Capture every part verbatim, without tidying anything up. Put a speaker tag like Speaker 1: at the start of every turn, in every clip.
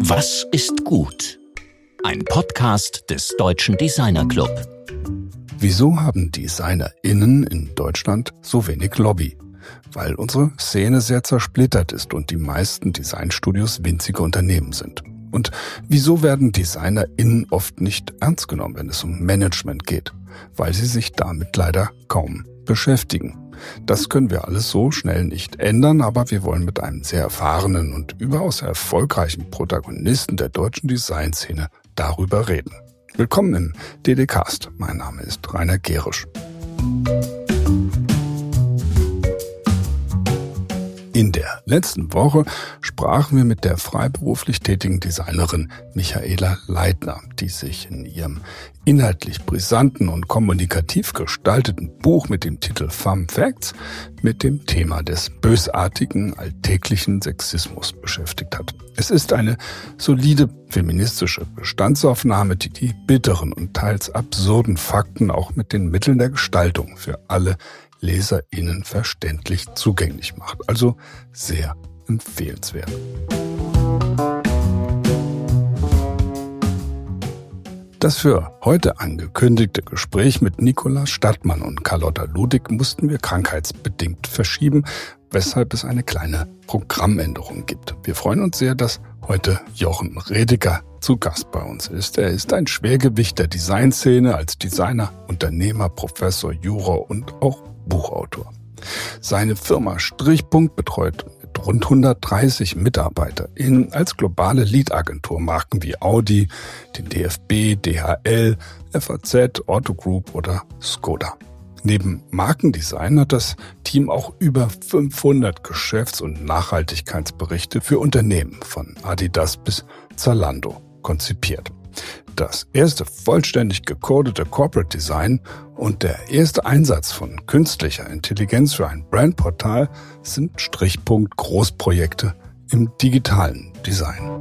Speaker 1: Was ist gut? Ein Podcast des Deutschen Designer Club.
Speaker 2: Wieso haben DesignerInnen in Deutschland so wenig Lobby? Weil unsere Szene sehr zersplittert ist und die meisten Designstudios winzige Unternehmen sind. Und wieso werden DesignerInnen oft nicht ernst genommen, wenn es um Management geht? Weil sie sich damit leider kaum beschäftigen. Das können wir alles so schnell nicht ändern, aber wir wollen mit einem sehr erfahrenen und überaus erfolgreichen Protagonisten der deutschen Designszene darüber reden. Willkommen im D D Cast. Mein Name ist Rainer Gerisch. In der letzten Woche sprachen wir mit der freiberuflich tätigen Designerin Michaela Leitner, die sich in ihrem inhaltlich brisanten und kommunikativ gestalteten Buch mit dem Titel Femme Facts mit dem Thema des bösartigen, alltäglichen Sexismus beschäftigt hat. Es ist eine solide feministische Bestandsaufnahme, die die bitteren und teils absurden Fakten auch mit den Mitteln der Gestaltung für alle LeserInnen verständlich zugänglich macht. Also sehr empfehlenswert. Das für heute angekündigte Gespräch mit Nicola Stadtmann und Carlotta Ludig mussten wir krankheitsbedingt verschieben, weshalb es eine kleine Programmänderung gibt. Wir freuen uns sehr, dass heute Jochen Redeker zu Gast bei uns ist. Er ist ein Schwergewicht der Designszene als Designer, Unternehmer, Professor, Juror und auch Buchautor. Seine Firma Strichpunkt betreut mit rund hundertdreißig MitarbeiterInnen als globale Lead-Agentur Marken wie Audi, den D F B, D H L, F A Z, Otto Group oder Skoda. Neben Markendesign hat das Team auch über fünfhundert Geschäfts- und Nachhaltigkeitsberichte für Unternehmen von Adidas bis Zalando konzipiert. Das erste vollständig gecodete Corporate Design und der erste Einsatz von künstlicher Intelligenz für ein Brandportal sind Strichpunkt Großprojekte im digitalen Design.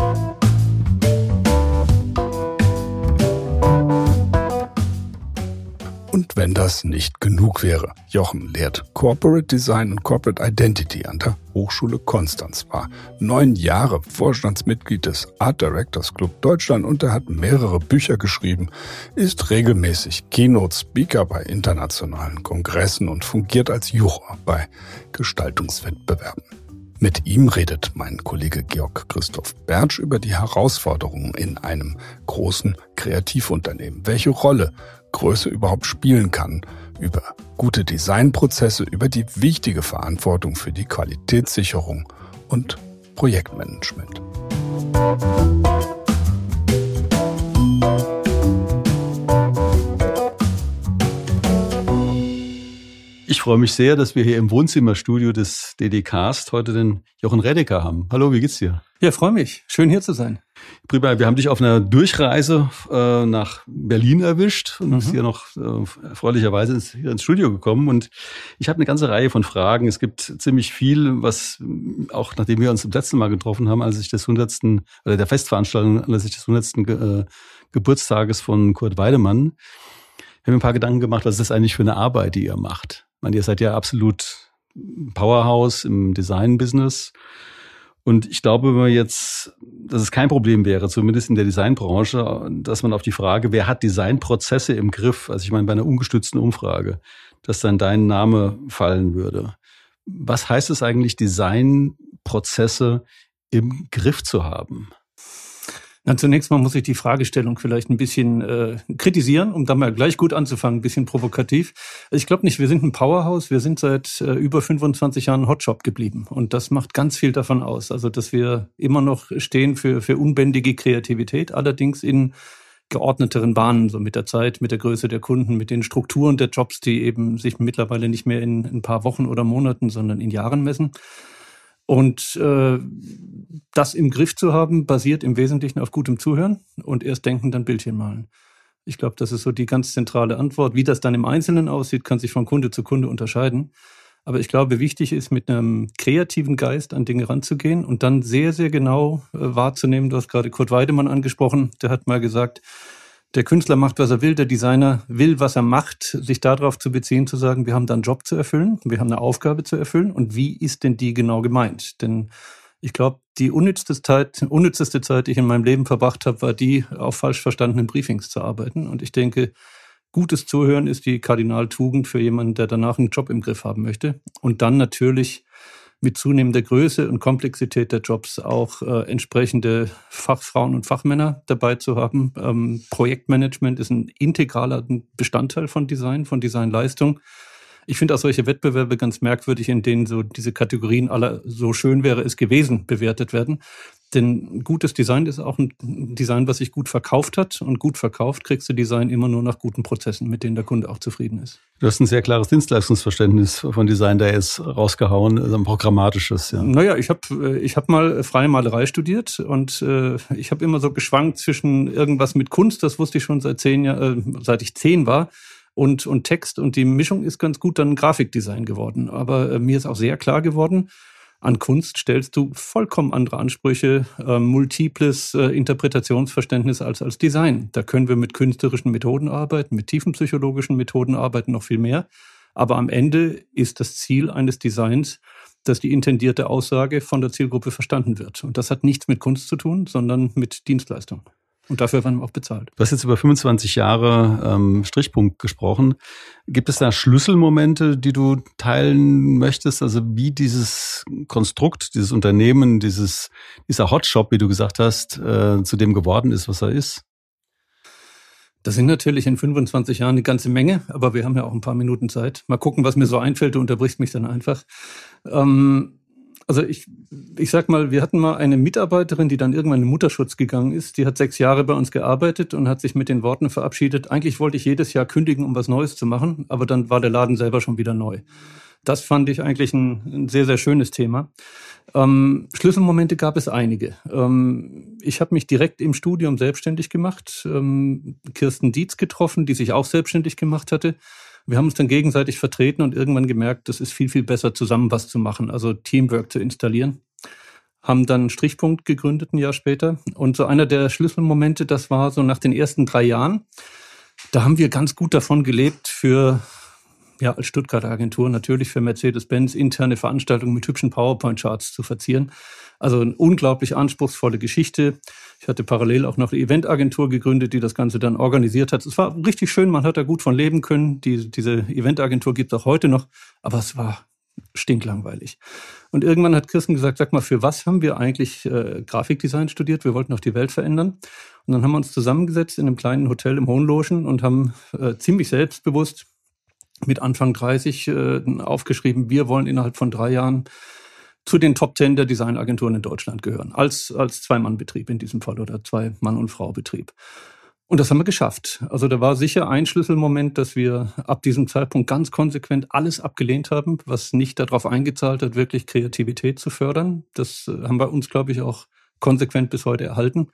Speaker 2: Und wenn das nicht genug wäre, Jochen lehrt Corporate Design und Corporate Identity an der Hochschule Konstanz, war neun Jahre Vorstandsmitglied des Art Directors Club Deutschland und er hat mehrere Bücher geschrieben, ist regelmäßig Keynote-Speaker bei internationalen Kongressen und fungiert als Juror bei Gestaltungswettbewerben. Mit ihm redet mein Kollege Georg Christoph Bertsch über die Herausforderungen in einem großen Kreativunternehmen. Welche Rolle Größe überhaupt spielen kann, über gute Designprozesse, über die wichtige Verantwortung für die Qualitätssicherung und Projektmanagement.
Speaker 3: Ich freue mich sehr, dass wir hier im Wohnzimmerstudio des D D Cast heute den Jochen Redeker haben. Hallo, wie geht's dir?
Speaker 4: Ja, freue mich. Schön hier zu sein.
Speaker 3: Prima, wir haben dich auf einer Durchreise äh, nach Berlin erwischt und
Speaker 4: Mhm.
Speaker 3: bist hier noch äh, erfreulicherweise ins, hier ins Studio gekommen. Und ich habe eine ganze Reihe von Fragen. Es gibt ziemlich viel, was auch nachdem wir uns zum letzten Mal getroffen haben, als ich des hundertsten oder der Festveranstaltung anlässlich des hundertsten Ge- äh, Geburtstages von Kurt Weidemann, habe mir ein paar Gedanken gemacht, was ist das eigentlich für eine Arbeit, die ihr macht? Ich meine, ihr seid ja absolut Powerhouse im Design-Business. Und ich glaube, wenn man jetzt, dass es kein Problem wäre, zumindest in der Designbranche, dass man auf die Frage, wer hat Designprozesse im Griff, also ich meine bei einer ungestützten Umfrage, dass dann dein Name fallen würde. Was heißt es eigentlich, Designprozesse im Griff zu haben?
Speaker 4: Na, zunächst mal muss ich die Fragestellung vielleicht ein bisschen äh, kritisieren, um dann mal gleich gut anzufangen, ein bisschen provokativ. Ich glaube nicht, wir sind ein Powerhouse, wir sind seit äh, über fünfundzwanzig Jahren Hotshop geblieben und das macht ganz viel davon aus, also dass wir immer noch stehen für für unbändige Kreativität, allerdings in geordneteren Bahnen, so mit der Zeit, mit der Größe der Kunden, mit den Strukturen der Jobs, die eben sich mittlerweile nicht mehr in ein paar Wochen oder Monaten, sondern in Jahren messen. Und äh, das im Griff zu haben, basiert im Wesentlichen auf gutem Zuhören und erst denken, dann Bildchen malen. Ich glaube, das ist so die ganz zentrale Antwort. Wie das dann im Einzelnen aussieht, kann sich von Kunde zu Kunde unterscheiden. Aber ich glaube, wichtig ist, mit einem kreativen Geist an Dinge ranzugehen und dann sehr, sehr genau äh, wahrzunehmen. Du hast gerade Kurt Weidemann angesprochen. Der hat mal gesagt, Der Künstler macht, was er will, der Designer will, was er macht, sich darauf zu beziehen, zu sagen, wir haben da einen Job zu erfüllen, wir haben eine Aufgabe zu erfüllen und wie ist denn die genau gemeint? Denn Ich glaube, die unnützeste Zeit, unnützeste Zeit, die ich in meinem Leben verbracht habe, war die, auf falsch verstandenen Briefings zu arbeiten. Und ich denke, gutes Zuhören ist die Kardinaltugend für jemanden, der danach einen Job im Griff haben möchte. Und dann natürlich mit zunehmender Größe und Komplexität der Jobs auch äh, entsprechende Fachfrauen und Fachmänner dabei zu haben. Ähm, Projektmanagement ist ein integraler Bestandteil von Design, von Designleistung. Ich finde auch solche Wettbewerbe ganz merkwürdig, in denen so diese Kategorien aller so schön wäre es gewesen bewertet werden. Denn gutes Design ist auch ein Design, was sich gut verkauft hat. Und gut verkauft kriegst du Design immer nur nach guten Prozessen, mit denen der Kunde auch zufrieden ist.
Speaker 3: Du hast ein sehr klares Dienstleistungsverständnis von Design, der ist rausgehauen, also ein programmatisches. Ja.
Speaker 4: Naja, ich habe ich hab mal freie Malerei studiert und äh, ich habe immer so geschwankt zwischen irgendwas mit Kunst, das wusste ich schon seit zehn Jahren, äh, seit ich zehn war. Und, und Text und die Mischung ist ganz gut dann Grafikdesign geworden. Aber äh, mir ist auch sehr klar geworden, an Kunst stellst du vollkommen andere Ansprüche, äh, multiples äh, Interpretationsverständnis als als Design. Da können wir mit künstlerischen Methoden arbeiten, mit tiefenpsychologischen Methoden arbeiten, noch viel mehr. Aber am Ende ist das Ziel eines Designs, dass die intendierte Aussage von der Zielgruppe verstanden wird. Und das hat nichts mit Kunst zu tun, sondern mit Dienstleistung. Und dafür werden wir auch bezahlt.
Speaker 3: Du hast jetzt über fünfundzwanzig Jahre ähm, Strichpunkt gesprochen. Gibt es da Schlüsselmomente, die du teilen möchtest? Also wie dieses Konstrukt, dieses Unternehmen, dieses dieser Hotshop, wie du gesagt hast, äh, zu dem geworden ist, was er ist?
Speaker 4: Das sind natürlich in fünfundzwanzig Jahren eine ganze Menge, aber wir haben ja auch ein paar Minuten Zeit. Mal gucken, was mir so einfällt. Du unterbrichst mich dann einfach. Ähm, Also ich, ich sag mal, wir hatten mal eine Mitarbeiterin, die dann irgendwann in den Mutterschutz gegangen ist. Die hat sechs Jahre bei uns gearbeitet und hat sich mit den Worten verabschiedet, eigentlich wollte ich jedes Jahr kündigen, um was Neues zu machen, aber dann war der Laden selber schon wieder neu. Das fand ich eigentlich ein, ein sehr, sehr schönes Thema. Ähm, Schlüsselmomente gab es einige. Ähm, ich habe mich direkt im Studium selbstständig gemacht, ähm, Kirsten Dietz getroffen, die sich auch selbstständig gemacht hatte. Wir haben uns dann gegenseitig vertreten und irgendwann gemerkt, das ist viel, viel besser, zusammen was zu machen, also Teamwork zu installieren. Haben dann Strichpunkt gegründet ein Jahr später. Und so einer der Schlüsselmomente, das war so nach den ersten drei Jahren. Da haben wir ganz gut davon gelebt, für, ja, als Stuttgarter Agentur natürlich für Mercedes-Benz interne Veranstaltungen mit hübschen PowerPoint-Charts zu verzieren. Also eine unglaublich anspruchsvolle Geschichte. Ich hatte parallel auch noch eine Eventagentur gegründet, die das Ganze dann organisiert hat. Es war richtig schön, man hat da gut von leben können. Die, diese Eventagentur gibt es auch heute noch, aber es war stinklangweilig. Und irgendwann hat Kirsten gesagt, sag mal, für was haben wir eigentlich äh, Grafikdesign studiert? Wir wollten doch die Welt verändern. Und dann haben wir uns zusammengesetzt in einem kleinen Hotel im Hohenloschen und haben äh, ziemlich selbstbewusst mit Anfang dreißig äh, aufgeschrieben, wir wollen innerhalb von drei Jahren zu den Top Ten der Designagenturen in Deutschland gehören. Als, als Zwei-Mann-Betrieb in diesem Fall oder Zwei-Mann- und Frau-Betrieb. Und das haben wir geschafft. Also da war sicher ein Schlüsselmoment, dass wir ab diesem Zeitpunkt ganz konsequent alles abgelehnt haben, was nicht darauf eingezahlt hat, wirklich Kreativität zu fördern. Das haben wir uns, glaube ich, auch konsequent bis heute erhalten.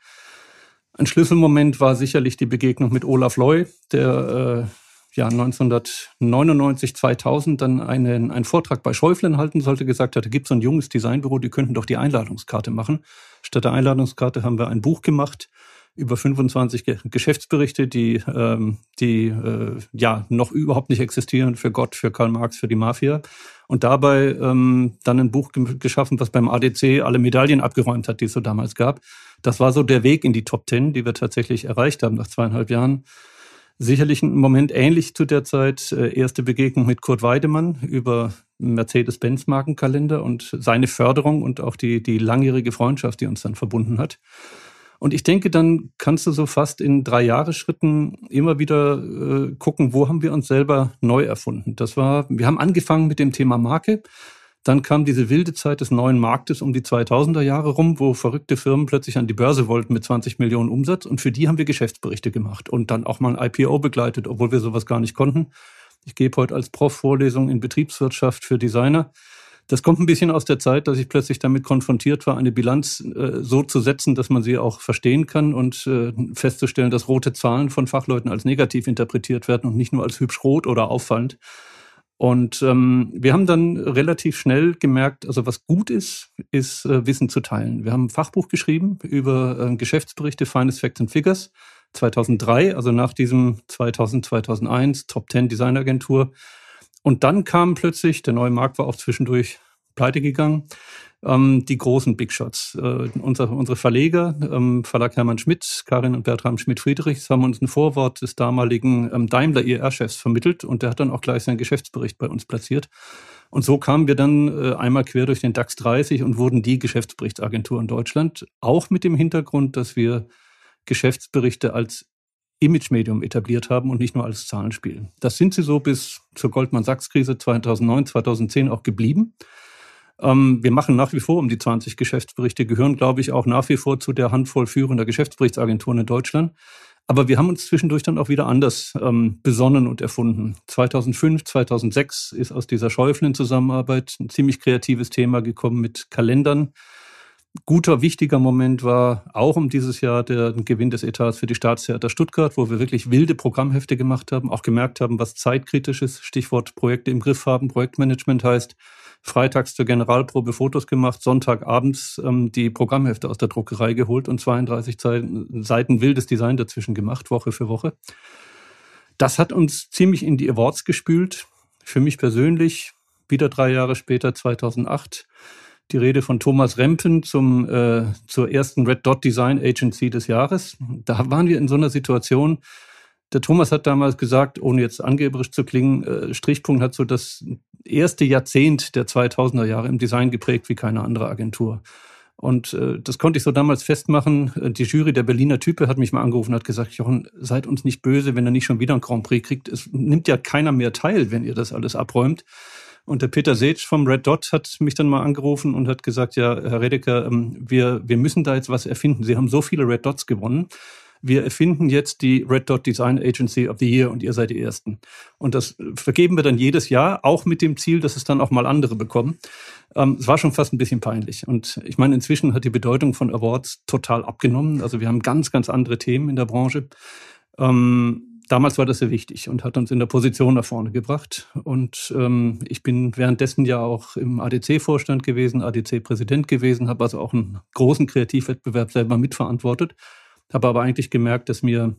Speaker 4: Ein Schlüsselmoment war sicherlich die Begegnung mit Olaf Loy, der äh, ja neunzehnhundertneunundneunzig, zweitausend dann einen, einen Vortrag bei Schäuflen halten sollte, gesagt hatte, gibt es so ein junges Designbüro, die könnten doch die Einladungskarte machen. Statt der Einladungskarte haben wir ein Buch gemacht über fünfundzwanzig Ge- Geschäftsberichte, die ähm, die äh, ja noch überhaupt nicht existieren, für Gott, für Karl Marx, für die Mafia. Und dabei ähm, dann ein Buch ge- geschaffen, was beim A D C alle Medaillen abgeräumt hat, die es so damals gab. Das war so der Weg in die Top Ten, die wir tatsächlich erreicht haben nach zweieinhalb Jahren. Sicherlich ein Moment ähnlich zu der Zeit, äh, erste Begegnung mit Kurt Weidemann über Mercedes-Benz-Markenkalender und seine Förderung und auch die, die langjährige Freundschaft, die uns dann verbunden hat. Und ich denke, dann kannst du so fast in drei Jahresschritten immer wieder äh, gucken, wo haben wir uns selber neu erfunden. Das war, wir haben angefangen mit dem Thema Marke. Dann kam diese wilde Zeit des neuen Marktes um die zweitausender Jahre rum, wo verrückte Firmen plötzlich an die Börse wollten mit zwanzig Millionen Umsatz. Und für die haben wir Geschäftsberichte gemacht und dann auch mal ein I P O begleitet, obwohl wir sowas gar nicht konnten. Ich gebe heute als Prof Vorlesungen in Betriebswirtschaft für Designer. Das kommt ein bisschen aus der Zeit, dass ich plötzlich damit konfrontiert war, eine Bilanz äh, so zu setzen, dass man sie auch verstehen kann und äh, festzustellen, dass rote Zahlen von Fachleuten als negativ interpretiert werden und nicht nur als hübsch rot oder auffallend. Und ähm, wir haben dann relativ schnell gemerkt, also was gut ist, ist äh, Wissen zu teilen. Wir haben ein Fachbuch geschrieben über äh, Geschäftsberichte Finest Facts and Figures zweitausenddrei, also nach diesem zweitausend, zweitausendeins Top Ten Designagentur. Und dann kam plötzlich, der neue Markt war auch zwischendurch pleite gegangen, ähm, die großen Big Shots. Äh, unser, unsere Verleger, ähm, Verlag Hermann Schmidt, Karin und Bertram Schmidt-Friedrichs, haben uns ein Vorwort des damaligen ähm, Daimler E R-Chefs vermittelt und der hat dann auch gleich seinen Geschäftsbericht bei uns platziert. Und so kamen wir dann äh, einmal quer durch den DAX dreißig und wurden die Geschäftsberichtsagentur in Deutschland, auch mit dem Hintergrund, dass wir Geschäftsberichte als Image-Medium etabliert haben und nicht nur als Zahlenspiel. Das sind sie so bis zur Goldman-Sachs-Krise zweitausendneun, zweitausendzehn auch geblieben. Ähm, wir machen nach wie vor um die zwanzig Geschäftsberichte, gehören, glaube ich, auch nach wie vor zu der Handvoll führender Geschäftsberichtsagenturen in Deutschland. Aber wir haben uns zwischendurch dann auch wieder anders ähm, besonnen und erfunden. zweitausendfünf, zweitausendsechs ist aus dieser Schäuflen-Zusammenarbeit ein ziemlich kreatives Thema gekommen mit Kalendern. Guter, wichtiger Moment war auch um dieses Jahr der Gewinn des Etats für die Staatstheater Stuttgart, wo wir wirklich wilde Programmhefte gemacht haben, auch gemerkt haben, was zeitkritisch ist. Stichwort Projekte im Griff haben, Projektmanagement heißt, freitags zur Generalprobe Fotos gemacht, Sonntagabends ähm, die Programmhefte aus der Druckerei geholt und zweiunddreißig Seiten wildes Design dazwischen gemacht, Woche für Woche. Das hat uns ziemlich in die Awards gespült. Für mich persönlich, wieder drei Jahre später, zweitausendacht, die Rede von Thomas Rempen zum, äh, zur ersten Red Dot Design Agency des Jahres. Da waren wir in so einer Situation. Der Thomas hat damals gesagt, ohne jetzt angeberisch zu klingen, äh, Strichpunkt hat so das erste Jahrzehnt der zweitausender Jahre im Design geprägt wie keine andere Agentur. Und äh, das konnte ich so damals festmachen. Die Jury der Berliner Type hat mich mal angerufen und hat gesagt, Jochen, seid uns nicht böse, wenn er nicht schon wieder einen Grand Prix kriegt. Es nimmt ja keiner mehr teil, wenn ihr das alles abräumt. Und der Peter Seetsch vom Red Dot hat mich dann mal angerufen und hat gesagt, ja, Herr Redeker, wir, wir müssen da jetzt was erfinden. Sie haben so viele Red Dots gewonnen. Wir erfinden jetzt die Red Dot Design Agency of the Year und ihr seid die Ersten. Und das vergeben wir dann jedes Jahr, auch mit dem Ziel, dass es dann auch mal andere bekommen. Ähm, es war schon fast ein bisschen peinlich. Und ich meine, inzwischen hat die Bedeutung von Awards total abgenommen. Also wir haben ganz, ganz andere Themen in der Branche. Ähm, Damals war das sehr wichtig und hat uns in der Position nach vorne gebracht. Und ähm, ich bin währenddessen ja auch im A D C-Vorstand gewesen, A D C-Präsident gewesen, habe also auch einen großen Kreativwettbewerb selber mitverantwortet, habe aber eigentlich gemerkt, dass mir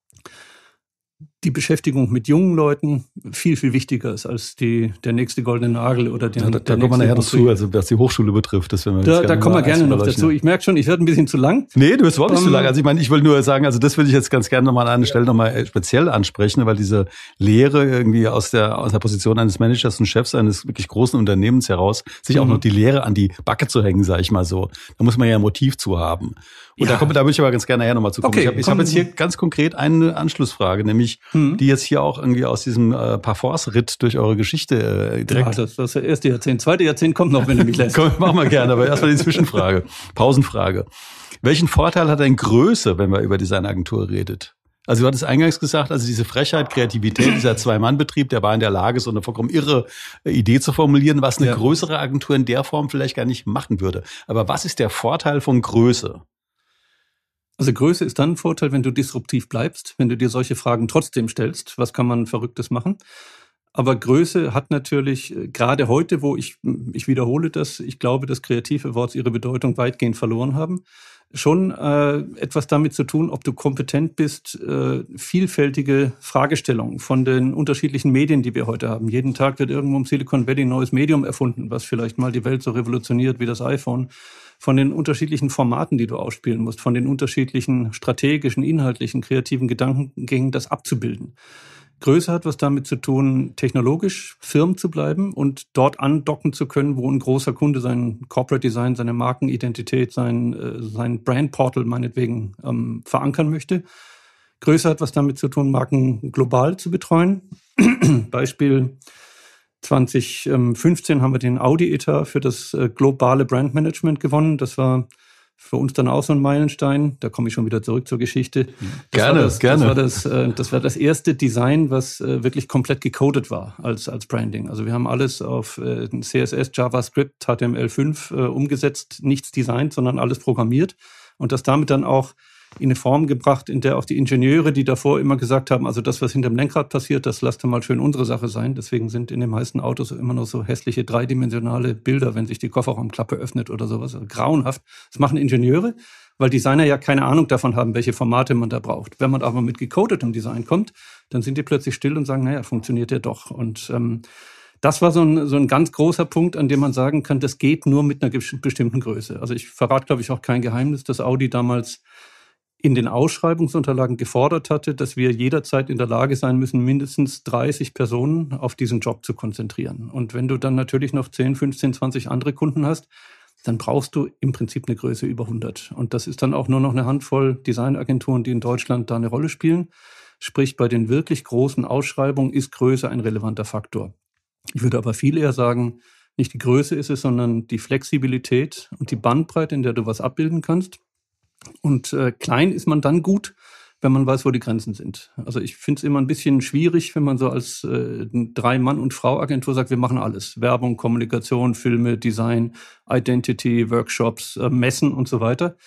Speaker 4: die Beschäftigung mit jungen Leuten viel, viel wichtiger ist als die, der nächste goldene Nagel oder den,
Speaker 3: ja, da,
Speaker 4: der
Speaker 3: da kommen wir nachher dazu, also was die Hochschule betrifft. Das wir
Speaker 4: da da kommen wir gerne noch dazu. Ich merke schon, ich werde ein bisschen zu lang.
Speaker 3: Nee, du bist überhaupt nicht
Speaker 4: um,
Speaker 3: zu lang. Also ich meine, ich will nur sagen, also das würde ich jetzt ganz gerne nochmal an einer Stelle nochmal speziell ansprechen, weil diese Lehre irgendwie aus der, aus der Position eines Managers und Chefs eines wirklich großen Unternehmens heraus, sich mhm. auch noch die Lehre an die Backe zu hängen, sage ich mal so. Da muss man ja ein Motiv zu haben. Und ja. da, kommt, da würde ich aber ganz gerne nachher nochmal zu kommen.
Speaker 4: Okay,
Speaker 3: ich habe ich hab jetzt hier ganz konkret eine Anschlussfrage, nämlich hm. die jetzt hier auch irgendwie aus diesem äh, Parforce-Ritt durch eure Geschichte äh, direkt...
Speaker 4: Ja, das, das ist das erste Jahrzehnt. Zweite Jahrzehnt kommt noch, wenn du mich lässt.
Speaker 3: Komm, machen wir gerne, aber erstmal die Zwischenfrage. Pausenfrage. Welchen Vorteil hat denn Größe, wenn man über Designagentur redet? Also du hattest eingangs gesagt, also diese Frechheit, Kreativität, dieser Zwei-Mann-Betrieb, der war in der Lage, so eine vollkommen irre Idee zu formulieren, was eine ja. größere Agentur in der Form vielleicht gar nicht machen würde. Aber was ist der Vorteil von Größe?
Speaker 4: Also Größe ist dann ein Vorteil, wenn du disruptiv bleibst, wenn du dir solche Fragen trotzdem stellst. Was kann man Verrücktes machen? Aber Größe hat natürlich, gerade heute, wo ich, ich wiederhole das, ich glaube, dass Creative Awards ihre Bedeutung weitgehend verloren haben, schon äh, etwas damit zu tun, ob du kompetent bist, äh, vielfältige Fragestellungen von den unterschiedlichen Medien, die wir heute haben. Jeden Tag wird irgendwo im Silicon Valley ein neues Medium erfunden, was vielleicht mal die Welt so revolutioniert wie das iPhone. Von den unterschiedlichen Formaten, die du ausspielen musst, von den unterschiedlichen strategischen, inhaltlichen, kreativen Gedankengängen, das abzubilden. Größe hat was damit zu tun, technologisch firm zu bleiben und dort andocken zu können, wo ein großer Kunde sein Corporate Design, seine Markenidentität, sein, äh, sein Brandportal meinetwegen ähm, verankern möchte. Größe hat was damit zu tun, Marken global zu betreuen. Beispiel zwanzig fünfzehn haben wir den Audi-Etat für das äh, globale Brandmanagement gewonnen. Das war für uns dann auch so ein Meilenstein. Da komme ich schon wieder zurück zur Geschichte. Das
Speaker 3: gerne,
Speaker 4: war das,
Speaker 3: gerne.
Speaker 4: Das war das, äh, das war das erste Design, was äh, wirklich komplett gecodet war als als Branding. Also wir haben alles auf äh, C S S, JavaScript, H T M L fünf äh, umgesetzt, nichts designt, sondern alles programmiert und das damit dann auch in eine Form gebracht, in der auch die Ingenieure, die davor immer gesagt haben, also das, was hinterm Lenkrad passiert, das lasst mal schön unsere Sache sein. Deswegen sind in den meisten Autos immer noch so hässliche dreidimensionale Bilder, wenn sich die Kofferraumklappe öffnet oder sowas. Also grauenhaft. Das machen Ingenieure, weil Designer ja keine Ahnung davon haben, welche Formate man da braucht. Wenn man aber mit gecodetem Design kommt, dann sind die plötzlich still und sagen, naja, funktioniert ja doch. Und ähm, Das war so ein, so ein ganz großer Punkt, an dem man sagen kann, das geht nur mit einer bestimmten Größe. Also ich verrate, glaube ich, auch kein Geheimnis, dass Audi damals in den Ausschreibungsunterlagen gefordert hatte, dass wir jederzeit in der Lage sein müssen, mindestens dreißig Personen auf diesen Job zu konzentrieren. Und wenn du dann natürlich noch zehn, fünfzehn, zwanzig andere Kunden hast, dann brauchst du im Prinzip eine Größe über hundert. Und das ist dann auch nur noch eine Handvoll Designagenturen, die in Deutschland da eine Rolle spielen. Sprich, bei den wirklich großen Ausschreibungen ist Größe ein relevanter Faktor. Ich würde aber viel eher sagen, nicht die Größe ist es, sondern die Flexibilität und die Bandbreite, in der du was abbilden kannst. Und äh, klein ist man dann gut, wenn man weiß, wo die Grenzen sind. Also ich finde es immer ein bisschen schwierig, wenn man so als äh, Drei-Mann- und Frau-Agentur sagt, wir machen alles. Werbung, Kommunikation, Filme, Design, Identity, Workshops, äh, Messen und so weiter.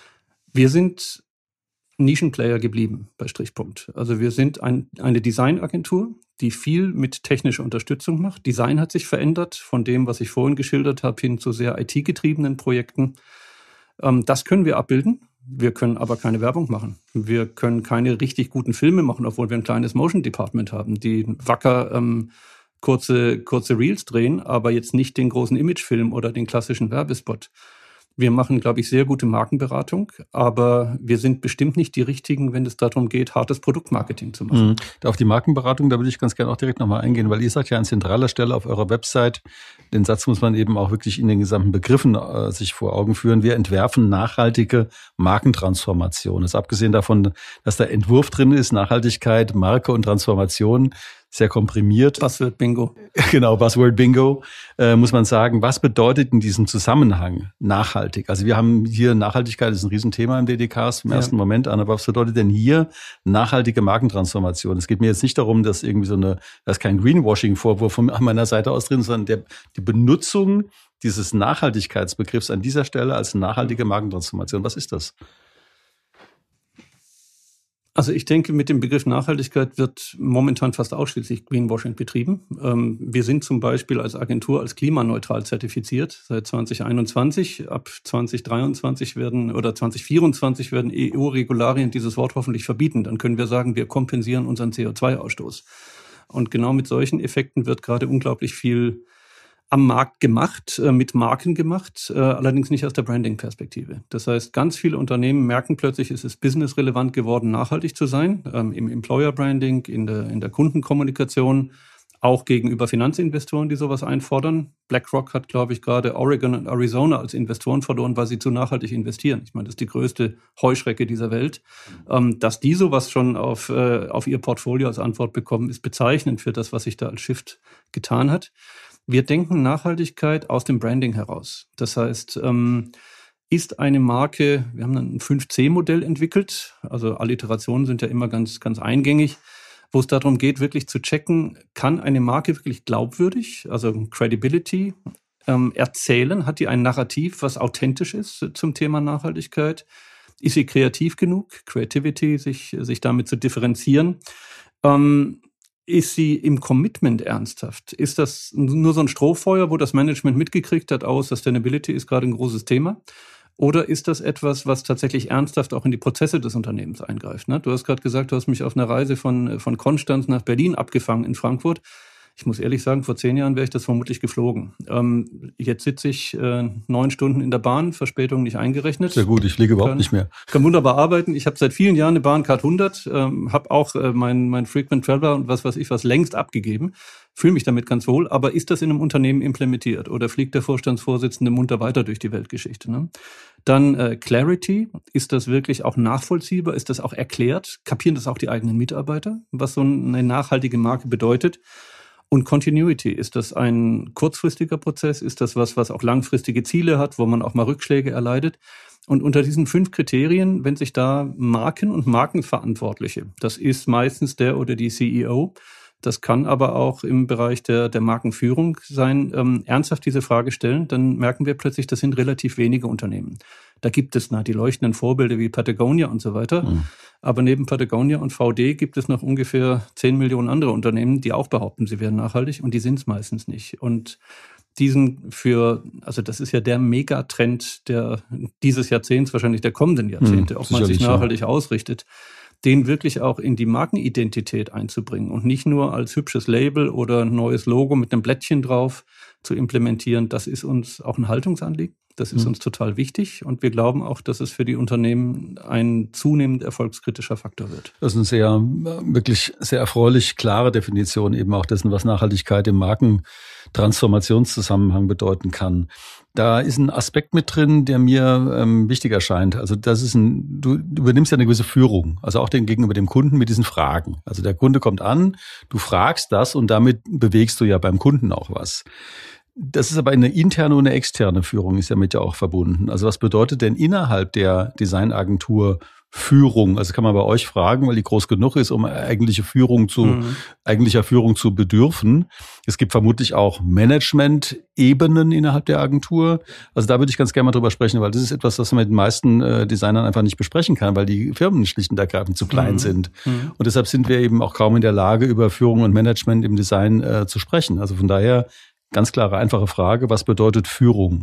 Speaker 4: Wir sind Nischenplayer geblieben bei Strichpunkt. Also wir sind ein, eine Designagentur, die viel mit technischer Unterstützung macht. Design hat sich verändert von dem, was ich vorhin geschildert habe, hin zu sehr I T-getriebenen Projekten. Ähm, das können wir abbilden. Wir können aber keine Werbung machen. Wir können keine richtig guten Filme machen, obwohl wir ein kleines Motion Department haben, die wacker ähm, kurze, kurze Reels drehen, aber jetzt nicht den großen Imagefilm oder den klassischen Werbespot. Wir machen, glaube ich, sehr gute Markenberatung, aber wir sind bestimmt nicht die Richtigen, wenn es darum geht, hartes Produktmarketing zu machen.
Speaker 3: Mhm. Auf die Markenberatung, da würde ich ganz gerne auch direkt nochmal eingehen, weil ihr sagt ja an zentraler Stelle auf eurer Website, den Satz muss man eben auch wirklich in den gesamten Begriffen äh, sich vor Augen führen. Wir entwerfen nachhaltige Markentransformation. Das ist abgesehen davon, dass da Entwurf drin ist, Nachhaltigkeit, Marke und Transformation, sehr komprimiert.
Speaker 4: Buzzword Bingo.
Speaker 3: Genau, Buzzword Bingo, äh, muss man sagen. Was bedeutet in diesem Zusammenhang nachhaltig? Also wir haben hier Nachhaltigkeit, ist ein Riesenthema im D D Cast im ja. ersten Moment an, aber was bedeutet denn hier nachhaltige Markentransformation? Es geht mir jetzt nicht darum, dass irgendwie so eine, da ist kein Greenwashing-Vorwurf von meiner Seite aus drin, sondern der, die Benutzung dieses Nachhaltigkeitsbegriffs an dieser Stelle als nachhaltige Markentransformation. Was ist das?
Speaker 4: Also ich denke, mit dem Begriff Nachhaltigkeit wird momentan fast ausschließlich Greenwashing betrieben. Wir sind zum Beispiel als Agentur als klimaneutral zertifiziert seit zwanzig einundzwanzig. Ab zwanzig dreiundzwanzig werden oder zwanzig vierundzwanzig werden E U-Regularien dieses Wort hoffentlich verbieten. Dann können wir sagen, wir kompensieren unseren C O zwei Ausstoß. Und genau mit solchen Effekten wird gerade unglaublich viel am Markt gemacht, mit Marken gemacht, allerdings nicht aus der Branding-Perspektive. Das heißt, ganz viele Unternehmen merken plötzlich, es ist businessrelevant geworden, nachhaltig zu sein, im Employer-Branding, in der, in der Kundenkommunikation, auch gegenüber Finanzinvestoren, die sowas einfordern. BlackRock hat, glaube ich, gerade Oregon und Arizona als Investoren verloren, weil sie zu nachhaltig investieren. Ich meine, das ist die größte Heuschrecke dieser Welt. Mhm. Dass die sowas schon auf, auf ihr Portfolio als Antwort bekommen, ist bezeichnend für das, was sich da als Shift getan hat. Wir denken Nachhaltigkeit aus dem Branding heraus. Das heißt, ähm, ist eine Marke, wir haben ein fünf C Modell entwickelt, also Alliterationen sind ja immer ganz, ganz eingängig, wo es darum geht, wirklich zu checken, kann eine Marke wirklich glaubwürdig, also Credibility, ähm, erzählen, hat die ein Narrativ, was authentisch ist zum Thema Nachhaltigkeit, ist sie kreativ genug, Creativity, sich, sich damit zu differenzieren, ähm, ist sie im Commitment ernsthaft? Ist das nur so ein Strohfeuer, wo das Management mitgekriegt hat, oh, Sustainability ist gerade ein großes Thema? Oder ist das etwas, was tatsächlich ernsthaft auch in die Prozesse des Unternehmens eingreift? Ne? Du hast gerade gesagt, du hast mich auf einer Reise von, von Konstanz nach Berlin abgefangen in Frankfurt. Ich muss ehrlich sagen, vor zehn Jahren wäre ich das vermutlich geflogen. Ähm, jetzt sitze ich äh, neun Stunden in der Bahn, Verspätung nicht eingerechnet.
Speaker 3: Sehr gut, ich fliege überhaupt
Speaker 4: kann,
Speaker 3: nicht mehr.
Speaker 4: Kann wunderbar arbeiten. Ich habe seit vielen Jahren eine Bahncard hundert, ähm, habe auch äh, mein, mein Frequent Traveler und was weiß ich was längst abgegeben. Fühle mich damit ganz wohl. Aber ist das in einem Unternehmen implementiert oder fliegt der Vorstandsvorsitzende munter weiter durch die Weltgeschichte? Ne? Dann äh, Clarity. Ist das wirklich auch nachvollziehbar? Ist das auch erklärt? Kapieren das auch die eigenen Mitarbeiter, was so eine nachhaltige Marke bedeutet? Und Continuity, ist das ein kurzfristiger Prozess? Ist das was, was auch langfristige Ziele hat, wo man auch mal Rückschläge erleidet? Und unter diesen fünf Kriterien, wenn sich da Marken und Markenverantwortliche, das ist meistens der oder die C E O, das kann aber auch im Bereich der, der Markenführung sein, ähm, ernsthaft diese Frage stellen, dann merken wir plötzlich, das sind relativ wenige Unternehmen. Da gibt es na, die leuchtenden Vorbilder wie Patagonia und so weiter. Mhm. Aber neben Patagonia und V D gibt es noch ungefähr zehn Millionen andere Unternehmen, die auch behaupten, sie wären nachhaltig und die sind es meistens nicht. Und diesen für, also das ist ja der Megatrend der dieses Jahrzehnts, wahrscheinlich der kommenden Jahrzehnte, mhm, ob man sich nachhaltig ja. ausrichtet. den wirklich auch in die Markenidentität einzubringen und nicht nur als hübsches Label oder ein neues Logo mit einem Blättchen drauf zu implementieren. Das ist uns auch ein Haltungsanliegen. Das ist mhm. uns total wichtig und wir glauben auch, dass es für die Unternehmen ein zunehmend erfolgskritischer Faktor wird.
Speaker 3: Das ist eine sehr, wirklich sehr erfreulich klare Definition eben auch dessen, was Nachhaltigkeit im Markentransformationszusammenhang bedeuten kann. Da ist ein Aspekt mit drin, der mir ähm, wichtig erscheint. Also das ist ein, du, du übernimmst ja eine gewisse Führung, also auch den gegenüber dem Kunden mit diesen Fragen. Also der Kunde kommt an, du fragst das und damit bewegst du ja beim Kunden auch was. Das ist aber eine interne und eine externe Führung, ist ja mit ja auch verbunden. Also was bedeutet denn innerhalb der Designagentur Führung? Also kann man bei euch fragen, weil die groß genug ist, um eigentliche Führung zu, mhm. eigentlicher Führung zu bedürfen. Es gibt vermutlich auch Management-Ebenen innerhalb der Agentur. Also da würde ich ganz gerne mal drüber sprechen, weil das ist etwas, was man mit den meisten äh, Designern einfach nicht besprechen kann, weil die Firmen schlicht und ergreifend zu klein mhm. sind. Mhm. Und deshalb sind wir eben auch kaum in der Lage, über Führung und Management im Design äh, zu sprechen. Also von daher ganz klare, einfache Frage, was bedeutet Führung?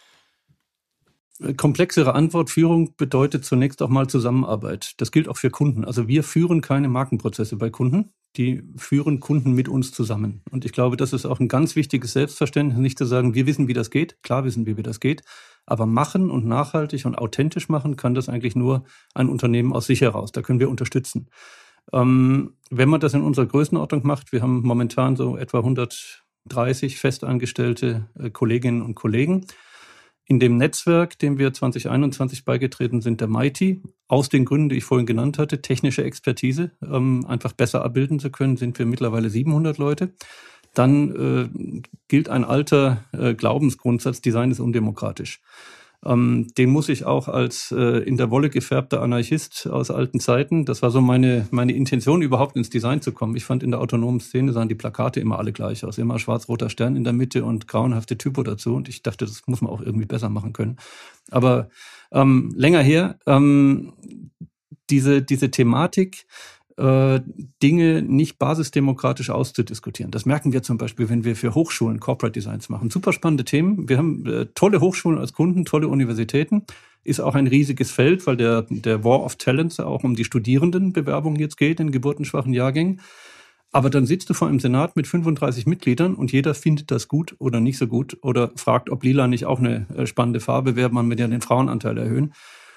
Speaker 4: Komplexere Antwort, Führung bedeutet zunächst auch mal Zusammenarbeit. Das gilt auch für Kunden. Also wir führen keine Markenprozesse bei Kunden, die führen Kunden mit uns zusammen. Und ich glaube, das ist auch ein ganz wichtiges Selbstverständnis, nicht zu sagen, wir wissen, wie das geht. Klar wissen wir, wie das geht. Aber machen und nachhaltig und authentisch machen kann das eigentlich nur ein Unternehmen aus sich heraus. Da können wir unterstützen. Ähm, wenn man das in unserer Größenordnung macht, wir haben momentan so etwa hundertdreißig festangestellte äh, Kolleginnen und Kollegen. In dem Netzwerk, dem wir zwanzig einundzwanzig beigetreten sind, der Mighty, aus den Gründen, die ich vorhin genannt hatte, technische Expertise, ähm, einfach besser abbilden zu können, sind wir mittlerweile siebenhundert Leute. Dann äh, gilt ein alter äh, Glaubensgrundsatz, Design ist undemokratisch. Ähm, den muss ich auch als äh, in der Wolle gefärbter Anarchist aus alten Zeiten, das war so meine meine Intention, überhaupt ins Design zu kommen. Ich fand, in der autonomen Szene sahen die Plakate immer alle gleich aus. Immer schwarz-roter Stern in der Mitte und grauenhafte Typo dazu. Und ich dachte, das muss man auch irgendwie besser machen können. Aber ähm, länger her, ähm, diese diese Thematik, Äh, Dinge nicht basisdemokratisch auszudiskutieren. Das merken wir zum Beispiel, wenn wir für Hochschulen Corporate Designs machen. Super spannende Themen. Wir haben äh, tolle Hochschulen als Kunden, tolle Universitäten. Ist auch ein riesiges Feld, weil der, der War of Talents auch um die Studierendenbewerbung jetzt geht in geburtenschwachen Jahrgängen. Aber dann sitzt du vor einem Senat mit fünfunddreißig Mitgliedern und jeder findet das gut oder nicht so gut oder fragt, ob lila nicht auch eine äh, spannende Farbe wäre, man mit ja den Frauenanteil erhöhen.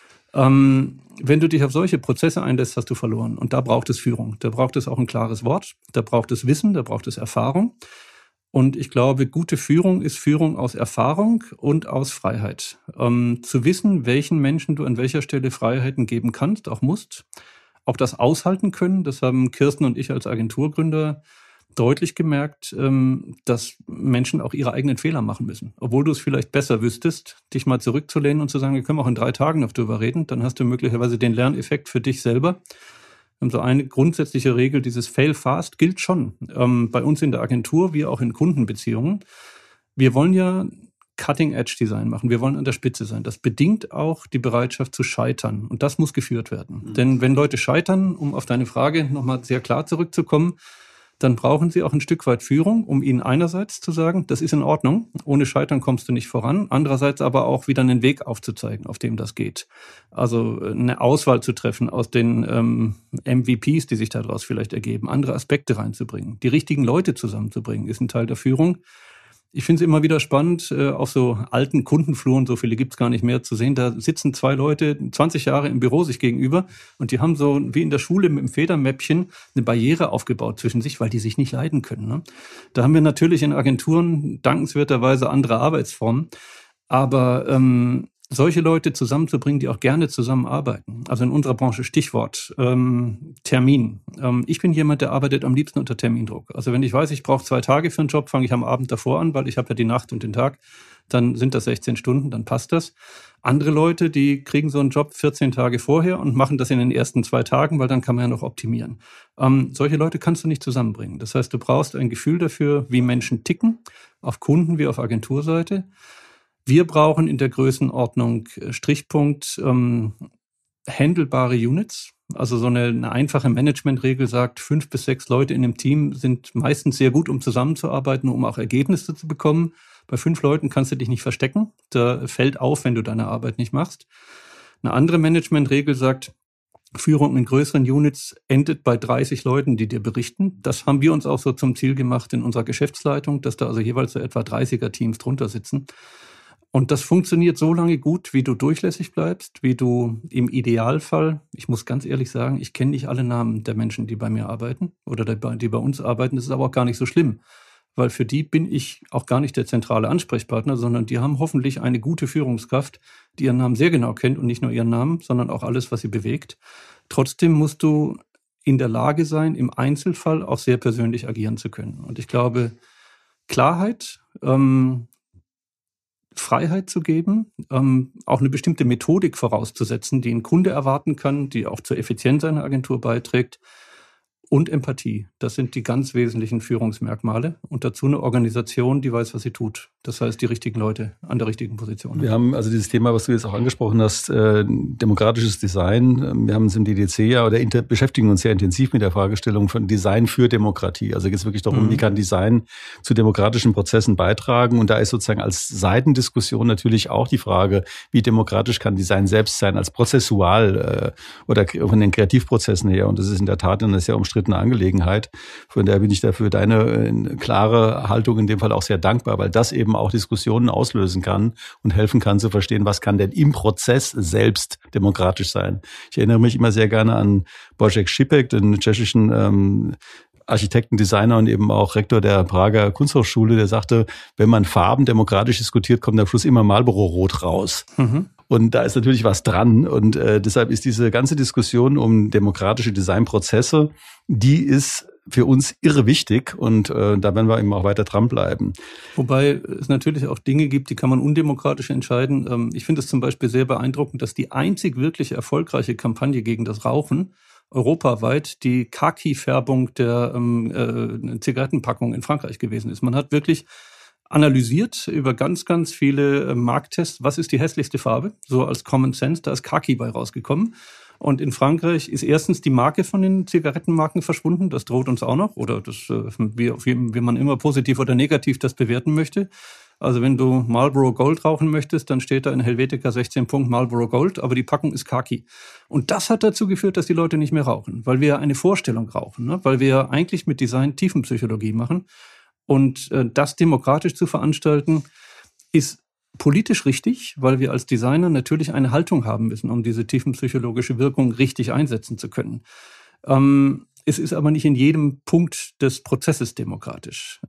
Speaker 4: Ähm, wenn du dich auf solche Prozesse einlässt, hast du verloren. Und da braucht es Führung. Da braucht es auch ein klares Wort. Da braucht es Wissen. Da braucht es Erfahrung. Und ich glaube, gute Führung ist Führung aus Erfahrung und aus Freiheit. Ähm, zu wissen, welchen Menschen du an welcher Stelle Freiheiten geben kannst, auch musst. Auch das aushalten können. Das haben Kirsten und ich als Agenturgründer deutlich gemerkt, dass Menschen auch ihre eigenen Fehler machen müssen. Obwohl du es vielleicht besser wüsstest, dich mal zurückzulehnen und zu sagen, wir können auch in drei Tagen noch drüber reden, dann hast du möglicherweise den Lerneffekt für dich selber. Wir haben so eine grundsätzliche Regel, dieses Fail fast gilt schon. Bei uns in der Agentur, wie auch in Kundenbeziehungen. Wir wollen ja Cutting-Edge-Design machen. Wir wollen an der Spitze sein. Das bedingt auch die Bereitschaft zu scheitern. Und das muss geführt werden. Mhm. Denn wenn Leute scheitern, um auf deine Frage nochmal sehr klar zurückzukommen, dann brauchen sie auch ein Stück weit Führung, um ihnen einerseits zu sagen, das ist in Ordnung, ohne Scheitern kommst du nicht voran, andererseits aber auch wieder einen Weg aufzuzeigen, auf dem das geht. Also eine Auswahl zu treffen aus den ähm, M V Ps, die sich daraus vielleicht ergeben, andere Aspekte reinzubringen, die richtigen Leute zusammenzubringen, ist ein Teil der Führung. Ich finde es immer wieder spannend, äh, auf so alten Kundenfluren, so viele gibt's gar nicht mehr, zu sehen, da sitzen zwei Leute zwanzig Jahre im Büro sich gegenüber und die haben so wie in der Schule mit dem Federmäppchen eine Barriere aufgebaut zwischen sich, weil die sich nicht leiden können. Ne? Da haben wir natürlich in Agenturen dankenswerterweise andere Arbeitsformen, aber ähm, solche Leute zusammenzubringen, die auch gerne zusammenarbeiten. Also in unserer Branche Stichwort ähm, Termin. Ähm, ich bin jemand, der arbeitet am liebsten unter Termindruck. Also wenn ich weiß, ich brauche zwei Tage für einen Job, fange ich am Abend davor an, weil ich habe ja die Nacht und den Tag. Dann sind das sechzehn Stunden, dann passt das. Andere Leute, die kriegen so einen Job vierzehn Tage vorher und machen das in den ersten zwei Tagen, weil dann kann man ja noch optimieren. Ähm, solche Leute kannst du nicht zusammenbringen. Das heißt, du brauchst ein Gefühl dafür, wie Menschen ticken, auf Kunden- wie auf Agenturseite. Wir brauchen in der Größenordnung Strichpunkt ähm, handelbare Units. Also so eine, eine einfache Managementregel sagt, fünf bis sechs Leute in einem Team sind meistens sehr gut, um zusammenzuarbeiten, um auch Ergebnisse zu bekommen. Bei fünf Leuten kannst du dich nicht verstecken. Da fällt auf, wenn du deine Arbeit nicht machst. Eine andere Managementregel sagt, Führung in größeren Units endet bei dreißig Leuten, die dir berichten. Das haben wir uns auch so zum Ziel gemacht in unserer Geschäftsleitung, dass da also jeweils so etwa dreißiger-Teams drunter sitzen. Und das funktioniert so lange gut, wie du durchlässig bleibst, wie du im Idealfall, ich muss ganz ehrlich sagen, ich kenne nicht alle Namen der Menschen, die bei mir arbeiten oder die bei uns arbeiten. Das ist aber auch gar nicht so schlimm, weil für die bin ich auch gar nicht der zentrale Ansprechpartner, sondern die haben hoffentlich eine gute Führungskraft, die ihren Namen sehr genau kennt und nicht nur ihren Namen, sondern auch alles, was sie bewegt. Trotzdem musst du in der Lage sein, im Einzelfall auch sehr persönlich agieren zu können. Und ich glaube, Klarheit, ähm, Freiheit zu geben, ähm, auch eine bestimmte Methodik vorauszusetzen, die ein Kunde erwarten kann, die auch zur Effizienz einer Agentur beiträgt, und Empathie. Das sind die ganz wesentlichen Führungsmerkmale. Und dazu eine Organisation, die weiß, was sie tut. Das heißt, die richtigen Leute an der richtigen Position.
Speaker 3: Wir haben also dieses Thema, was du jetzt auch angesprochen hast, äh, demokratisches Design. Wir haben es im D D C ja oder inter- beschäftigen uns sehr intensiv mit der Fragestellung von Design für Demokratie. Also geht es wirklich darum, mhm. wie kann Design zu demokratischen Prozessen beitragen? Und da ist sozusagen als Seitendiskussion natürlich auch die Frage, wie demokratisch kann Design selbst sein als prozessual äh, oder von den Kreativprozessen her. Und das ist in der Tat eine sehr umstrittene Angelegenheit. Von daher bin ich dafür deine äh, klare Haltung in dem Fall auch sehr dankbar, weil das eben auch Diskussionen auslösen kann und helfen kann zu verstehen, was kann denn im Prozess selbst demokratisch sein. Ich erinnere mich immer sehr gerne an Božek Šipek, den tschechischen ähm, Architekten, Designer und eben auch Rektor der Prager Kunsthochschule, der sagte, wenn man Farben demokratisch diskutiert, kommt am Schluss immer Marlboro-Rot raus. Mhm. Und da ist natürlich was dran. Und äh, deshalb ist diese ganze Diskussion um demokratische Designprozesse, die ist für uns irre wichtig. Und äh, da werden wir eben auch weiter dranbleiben.
Speaker 4: Wobei es natürlich auch Dinge gibt, die kann man undemokratisch entscheiden. Ähm, ich finde es zum Beispiel sehr beeindruckend, dass die einzig wirklich erfolgreiche Kampagne gegen das Rauchen europaweit die Khaki-Färbung der ähm, äh, Zigarettenpackung in Frankreich gewesen ist. Man hat wirklich analysiert über ganz, ganz viele äh, Markttests, was ist die hässlichste Farbe, so als Common Sense, da ist Khaki bei rausgekommen. Und in Frankreich ist erstens die Marke von den Zigarettenmarken verschwunden, das droht uns auch noch, oder das, äh, wie, wie man immer positiv oder negativ das bewerten möchte. Also wenn du Marlboro Gold rauchen möchtest, dann steht da in Helvetica sechzehn Punkt Marlboro Gold, aber die Packung ist Khaki. Und das hat dazu geführt, dass die Leute nicht mehr rauchen, weil wir eine Vorstellung rauchen, ne? Weil wir eigentlich mit Design Tiefenpsychologie machen. Und äh, das demokratisch zu veranstalten, ist politisch richtig, weil wir als Designer natürlich eine Haltung haben müssen, um diese tiefenpsychologische Wirkung richtig einsetzen zu können. Ähm, Es ist aber nicht in jedem Punkt des Prozesses demokratisch.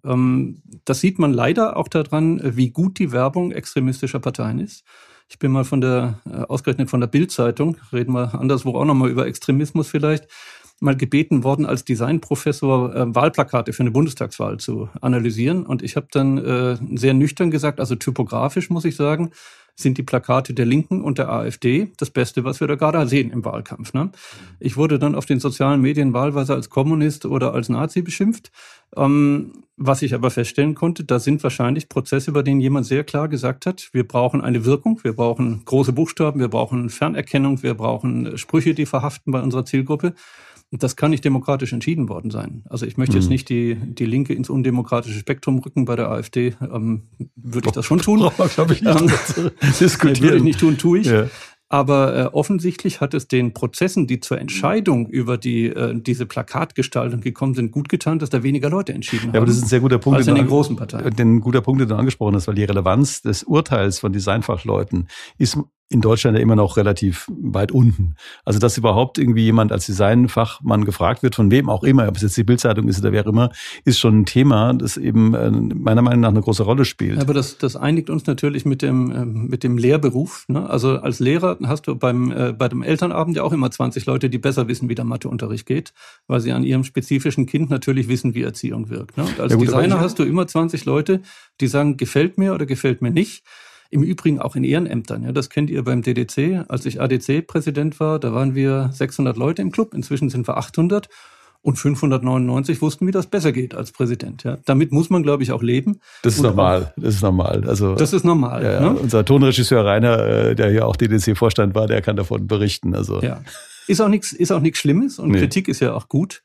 Speaker 4: Das sieht man leider auch daran, wie gut die Werbung extremistischer Parteien ist. Ich bin mal von der, ausgerechnet von der Bild-Zeitung, reden wir anderswo auch nochmal über Extremismus vielleicht, mal gebeten worden, als Designprofessor äh, Wahlplakate für eine Bundestagswahl zu analysieren. Und ich habe dann äh, sehr nüchtern gesagt, also typografisch muss ich sagen, sind die Plakate der Linken und der AfD das Beste, was wir da gerade sehen im Wahlkampf. Ne? Ich wurde dann auf den sozialen Medien wahlweise als Kommunist oder als Nazi beschimpft. Ähm, was ich aber feststellen konnte, da sind wahrscheinlich Prozesse, über denen jemand sehr klar gesagt hat, wir brauchen eine Wirkung, wir brauchen große Buchstaben, wir brauchen Fernerkennung, wir brauchen Sprüche, die verhaften bei unserer Zielgruppe. Und das kann nicht demokratisch entschieden worden sein. Also ich möchte mhm. jetzt nicht die die Linke ins undemokratische Spektrum rücken. Bei der AfD ähm, würde ich das schon tun.
Speaker 3: Glaube ich nicht. Ähm,
Speaker 4: diskutieren. Würde ich nicht tun, tue ich. Ja. Aber äh, offensichtlich hat es den Prozessen, die zur Entscheidung über die äh, diese Plakatgestaltung gekommen sind, gut getan, dass da weniger Leute entschieden haben.
Speaker 3: Ja, aber das ist ein sehr guter Punkt,
Speaker 4: als in den großen Parteien.
Speaker 3: Den guter Punkt, den du angesprochen hast, weil die Relevanz des Urteils von Designfachleuten ist in Deutschland ja immer noch relativ weit unten. Also dass überhaupt irgendwie jemand als Designfachmann gefragt wird, von wem auch immer, ob es jetzt die Bild-Zeitung ist oder wer auch immer, ist schon ein Thema, das eben äh, meiner Meinung nach eine große Rolle spielt.
Speaker 4: Aber das, das einigt uns natürlich mit dem äh, mit dem Lehrberuf. Ne? Also als Lehrer hast du beim äh, bei dem Elternabend ja auch immer zwanzig Leute, die besser wissen, wie der Matheunterricht geht, weil sie an ihrem spezifischen Kind natürlich wissen, wie Erziehung wirkt. Ne? Und als ja, gut, Designer hast du immer zwanzig Leute, die sagen, gefällt mir oder gefällt mir nicht. Im Übrigen auch in Ehrenämtern. Ja, das kennt ihr beim D D C. Als ich A D C-Präsident war, da waren wir sechshundert Leute im Club. Inzwischen sind wir achthundert. Und fünfhundertneunundneunzig wussten, wie das besser geht als Präsident. Ja, damit muss man, glaube ich, auch leben.
Speaker 3: Das ist und normal. Das ist normal. Also
Speaker 4: das ist normal.
Speaker 3: Ja, ja. Ne? Unser Tonregisseur Rainer, der hier auch D D C-Vorstand war, der kann davon berichten. Also
Speaker 4: ja, ist auch nichts, ist auch nichts Schlimmes. Und nee. Kritik ist ja auch gut.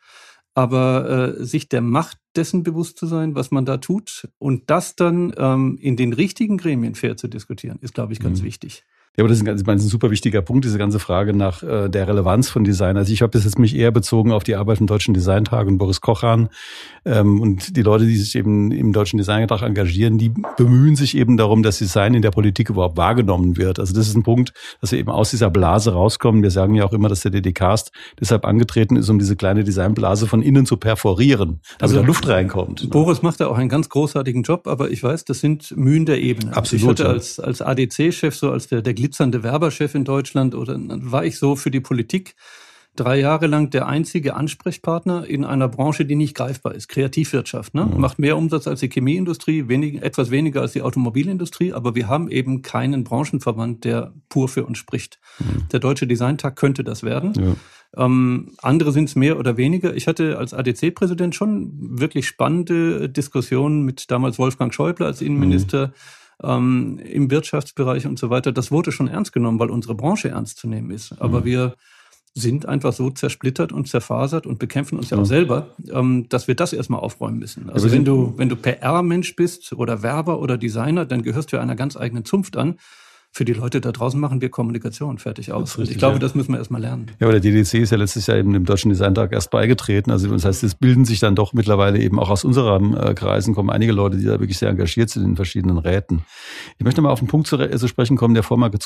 Speaker 4: Aber äh, sich der Macht dessen bewusst zu sein, was man da tut und das dann ähm, in den richtigen Gremien fair zu diskutieren, ist, glaube ich, ganz mhm. wichtig.
Speaker 3: Ja, aber das ist ein, ganz, ich meine, das ist ein super wichtiger Punkt, diese ganze Frage nach äh, der Relevanz von Design. Also ich habe das jetzt mich eher bezogen auf die Arbeit im Deutschen Designtag und Boris Kochan. Ähm, und die Leute, die sich eben im Deutschen Designtag engagieren, die bemühen sich eben darum, dass Design in der Politik überhaupt wahrgenommen wird. Also das ist ein Punkt, dass wir eben aus dieser Blase rauskommen. Wir sagen ja auch immer, dass der D D Cast deshalb angetreten ist, um diese kleine Designblase von innen zu perforieren, damit also, da Luft reinkommt.
Speaker 4: Boris macht da auch einen ganz großartigen Job, aber ich weiß, das sind Mühen der Ebene.
Speaker 3: Absolut.
Speaker 4: Ich hatte als, als A D C-Chef, so als der, der glitzernde Werberchef in Deutschland, oder war ich so für die Politik drei Jahre lang der einzige Ansprechpartner in einer Branche, die nicht greifbar ist. Kreativwirtschaft, ne? Mhm. Macht mehr Umsatz als die Chemieindustrie, wenig, etwas weniger als die Automobilindustrie, aber wir haben eben keinen Branchenverband, der pur für uns spricht. Mhm. Der Deutsche Designtag könnte das werden. Ja. Ähm, andere sind es mehr oder weniger. Ich hatte als A D C-Präsident schon wirklich spannende Diskussionen mit damals Wolfgang Schäuble als Innenminister, mhm. Ähm, im Wirtschaftsbereich und so weiter. Das wurde schon ernst genommen, weil unsere Branche ernst zu nehmen ist. Aber mhm. wir sind einfach so zersplittert und zerfasert und bekämpfen uns ja, ja auch selber, ähm, dass wir das erstmal aufräumen müssen. Also wenn du, wenn du P R-Mensch bist oder Werber oder Designer, dann gehörst du einer ganz eigenen Zunft an. Für die Leute da draußen machen wir Kommunikation fertig aus. Richtig, ich glaube, ja. das müssen wir erstmal lernen.
Speaker 3: Ja, aber der D D C ist ja letztes Jahr eben dem Deutschen Designtag erst beigetreten. Also das heißt, es bilden sich dann doch mittlerweile eben auch aus unseren äh, Kreisen kommen einige Leute, die da wirklich sehr engagiert sind in verschiedenen Räten. Ich möchte mal auf einen Punkt zu, zu sprechen kommen, der vorher mal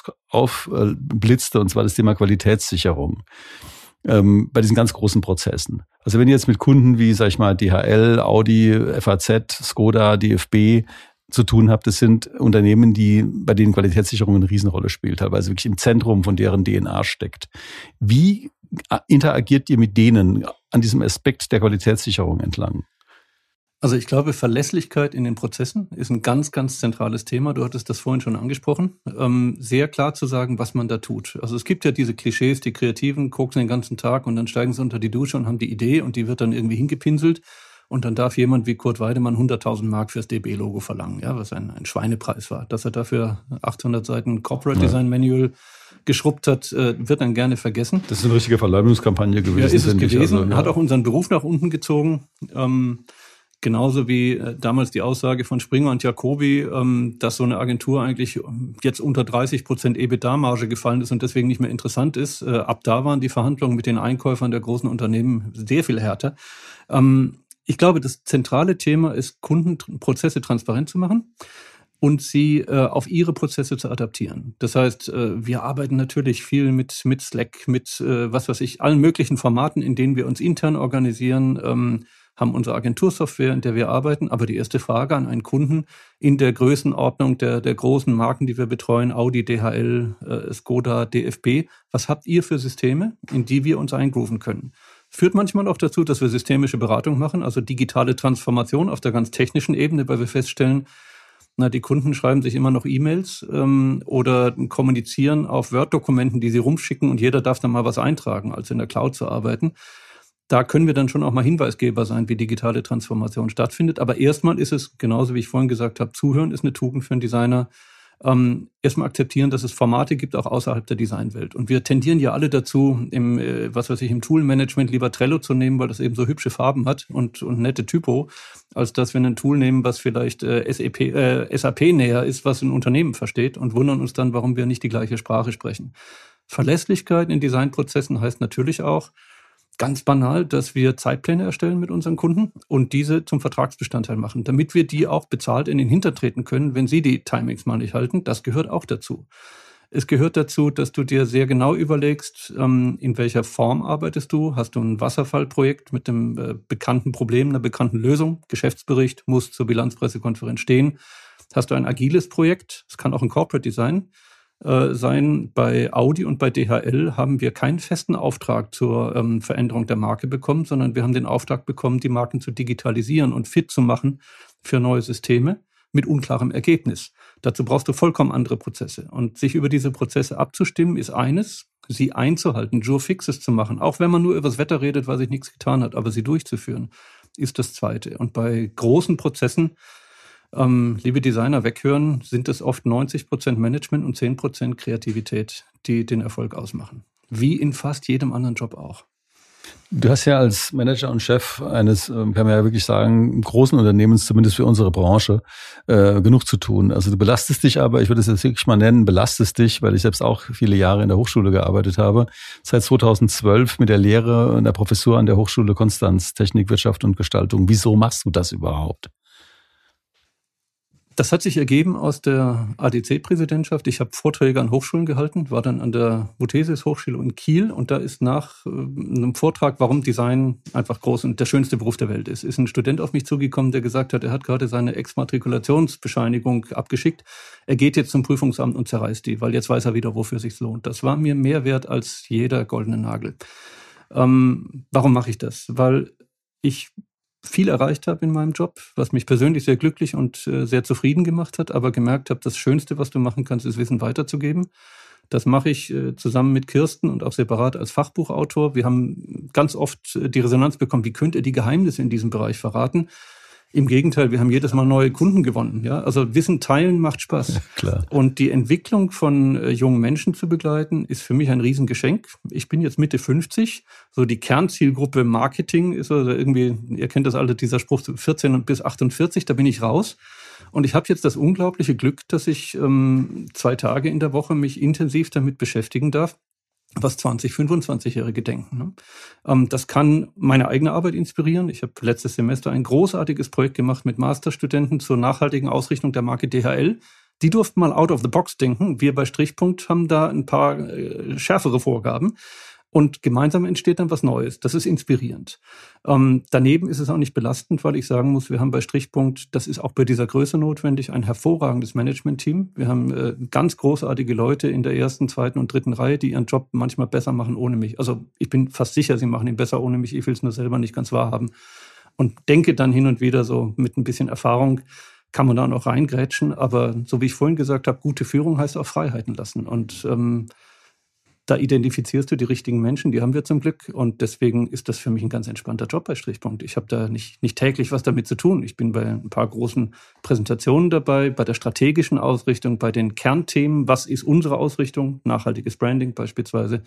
Speaker 3: aufblitzte, und zwar das Thema Qualitätssicherung. Ähm, bei diesen ganz großen Prozessen. Also wenn ihr jetzt mit Kunden wie, sag ich mal, D H L, Audi, F A Z, Skoda, D F B zu tun habt, das sind Unternehmen, die bei denen Qualitätssicherung eine Riesenrolle spielt, teilweise wirklich im Zentrum von deren D N A steckt. Wie interagiert ihr mit denen an diesem Aspekt der Qualitätssicherung entlang?
Speaker 4: Also ich glaube, Verlässlichkeit in den Prozessen ist ein ganz, ganz zentrales Thema. Du hattest das vorhin schon angesprochen. Ähm, sehr klar zu sagen, was man da tut. Also es gibt ja diese Klischees, die Kreativen koksen den ganzen Tag und dann steigen sie unter die Dusche und haben die Idee und die wird dann irgendwie hingepinselt. Und dann darf jemand wie Kurt Weidemann hunderttausend Mark fürs D B-Logo verlangen, ja, was ein, ein Schweinepreis war. Dass er dafür achthundert Seiten Corporate Design Manual geschrubbt hat, äh, wird dann gerne vergessen.
Speaker 3: Das ist eine richtige Verleumdungskampagne gewesen.
Speaker 4: Ja, ist es gewesen.
Speaker 3: Also, ja.
Speaker 4: Hat auch unseren Beruf nach unten gezogen. Ähm, genauso wie äh, damals die Aussage von Springer und Jacobi, ähm, dass so eine Agentur eigentlich jetzt unter dreißig Prozent EBITDA-Marge gefallen ist und deswegen nicht mehr interessant ist. Äh, ab da waren die Verhandlungen mit den Einkäufern der großen Unternehmen sehr viel härter. Ähm, Ich glaube, das zentrale Thema ist, Kundenprozesse transparent zu machen und sie äh, auf ihre Prozesse zu adaptieren. Das heißt, äh, wir arbeiten natürlich viel mit mit Slack, mit äh, was weiß ich, allen möglichen Formaten, in denen wir uns intern organisieren, ähm, haben unsere Agentursoftware, in der wir arbeiten. Aber die erste Frage an einen Kunden in der Größenordnung der der großen Marken, die wir betreuen, Audi, D H L, äh, Skoda, D F B, was habt ihr für Systeme, in die wir uns eingrooven können? Führt manchmal auch dazu, dass wir systemische Beratung machen, also digitale Transformation auf der ganz technischen Ebene, weil wir feststellen, na, die Kunden schreiben sich immer noch E-Mails ähm, oder kommunizieren auf Word-Dokumenten, die sie rumschicken und jeder darf dann mal was eintragen, als in der Cloud zu arbeiten. Da können wir dann schon auch mal Hinweisgeber sein, wie digitale Transformation stattfindet. Aber erstmal ist es, genauso wie ich vorhin gesagt habe, Zuhören ist eine Tugend für einen Designer. Ähm, erstmal akzeptieren, dass es Formate gibt, auch außerhalb der Designwelt. Und wir tendieren ja alle dazu, im, äh, was weiß ich, im Toolmanagement lieber Trello zu nehmen, weil das eben so hübsche Farben hat und, und nette Typo, als dass wir ein Tool nehmen, was vielleicht äh, S A P, äh, S A P näher ist, was ein Unternehmen versteht und wundern uns dann, warum wir nicht die gleiche Sprache sprechen. Verlässlichkeit in Designprozessen heißt natürlich auch, ganz banal, dass wir Zeitpläne erstellen mit unseren Kunden und diese zum Vertragsbestandteil machen, damit wir die auch bezahlt in den Hintern treten können, wenn sie die Timings mal nicht halten. Das gehört auch dazu. Es gehört dazu, dass du dir sehr genau überlegst, in welcher Form arbeitest du. Hast du ein Wasserfallprojekt mit einem bekannten Problem, einer bekannten Lösung? Geschäftsbericht muss zur Bilanzpressekonferenz stehen. Hast du ein agiles Projekt? Es kann auch ein Corporate Design sein. Bei Audi und bei D H L haben wir keinen festen Auftrag zur ähm, Veränderung der Marke bekommen, sondern wir haben den Auftrag bekommen, die Marken zu digitalisieren und fit zu machen für neue Systeme mit unklarem Ergebnis. Dazu brauchst du vollkommen andere Prozesse. Und sich über diese Prozesse abzustimmen, ist eines, sie einzuhalten, Jour fixes zu machen, auch wenn man nur über das Wetter redet, weil sich nichts getan hat, aber sie durchzuführen, ist das Zweite. Und bei großen Prozessen, Ähm, liebe Designer, weghören, sind es oft neunzig Prozent Management und zehn Prozent Kreativität, die den Erfolg ausmachen. Wie in fast jedem anderen Job auch.
Speaker 3: Du hast ja als Manager und Chef eines, kann man ja wirklich sagen, großen Unternehmens, zumindest für unsere Branche, äh, genug zu tun. Also du belastest dich aber, ich würde es jetzt wirklich mal nennen, belastest dich, weil ich selbst auch viele Jahre in der Hochschule gearbeitet habe. Seit zweitausendzwölf mit der Lehre und der Professur an der Hochschule Konstanz, Technik, Wirtschaft und Gestaltung. Wieso machst du das überhaupt?
Speaker 4: Das hat sich ergeben aus der A D C-Präsidentschaft. Ich habe Vorträge an Hochschulen gehalten, war dann an der Muthesis-Hochschule in Kiel und da ist nach äh, einem Vortrag, warum Design einfach groß und der schönste Beruf der Welt ist, ist ein Student auf mich zugekommen, der gesagt hat, er hat gerade seine Exmatrikulationsbescheinigung abgeschickt. Er geht jetzt zum Prüfungsamt und zerreißt die, weil jetzt weiß er wieder, wofür es sich lohnt. Das war mir mehr wert als jeder goldene Nagel. Ähm, warum mache ich das? Weil ich viel erreicht habe in meinem Job, was mich persönlich sehr glücklich und äh, sehr zufrieden gemacht hat, aber gemerkt habe, das Schönste, was du machen kannst, ist Wissen weiterzugeben. Das mache ich äh, zusammen mit Kirsten und auch separat als Fachbuchautor. Wir haben ganz oft äh, die Resonanz bekommen, wie könnt ihr die Geheimnisse in diesem Bereich verraten? Im Gegenteil, wir haben jedes Mal neue Kunden gewonnen. Ja, also Wissen teilen macht Spaß.
Speaker 3: Ja, klar.
Speaker 4: Und die Entwicklung von äh, jungen Menschen zu begleiten, ist für mich ein Riesengeschenk. Ich bin jetzt Mitte fünfzig. So die Kernzielgruppe Marketing ist also irgendwie, ihr kennt das alle, dieser Spruch, vierzehn bis achtundvierzig, da bin ich raus. Und ich habe jetzt das unglaubliche Glück, dass ich ähm, zwei Tage in der Woche mich intensiv damit beschäftigen darf, was zwanzig-, fünfundzwanzigjährige denken. Ne? Ähm, das kann meine eigene Arbeit inspirieren. Ich habe letztes Semester ein großartiges Projekt gemacht mit Masterstudenten zur nachhaltigen Ausrichtung der Marke D H L. Die durften mal out of the box denken. Wir bei Strichpunkt haben da ein paar äh, schärfere Vorgaben. Und gemeinsam entsteht dann was Neues. Das ist inspirierend. Ähm, daneben ist es auch nicht belastend, weil ich sagen muss, wir haben bei Strichpunkt, das ist auch bei dieser Größe notwendig, ein hervorragendes Management-Team. Wir haben äh, ganz großartige Leute in der ersten, zweiten und dritten Reihe, die ihren Job manchmal besser machen ohne mich. Also ich bin fast sicher, sie machen ihn besser ohne mich. Ich will es nur selber nicht ganz wahrhaben. Und denke dann hin und wieder so mit ein bisschen Erfahrung, kann man da noch reingrätschen. Aber so wie ich vorhin gesagt habe, gute Führung heißt auch Freiheiten lassen. Und ähm, da identifizierst du die richtigen Menschen, die haben wir zum Glück. Und deswegen ist das für mich ein ganz entspannter Job bei Strichpunkt. Ich habe da nicht, nicht täglich was damit zu tun. Ich bin bei ein paar großen Präsentationen dabei, bei der strategischen Ausrichtung, bei den Kernthemen. Was ist unsere Ausrichtung? Nachhaltiges Branding beispielsweise.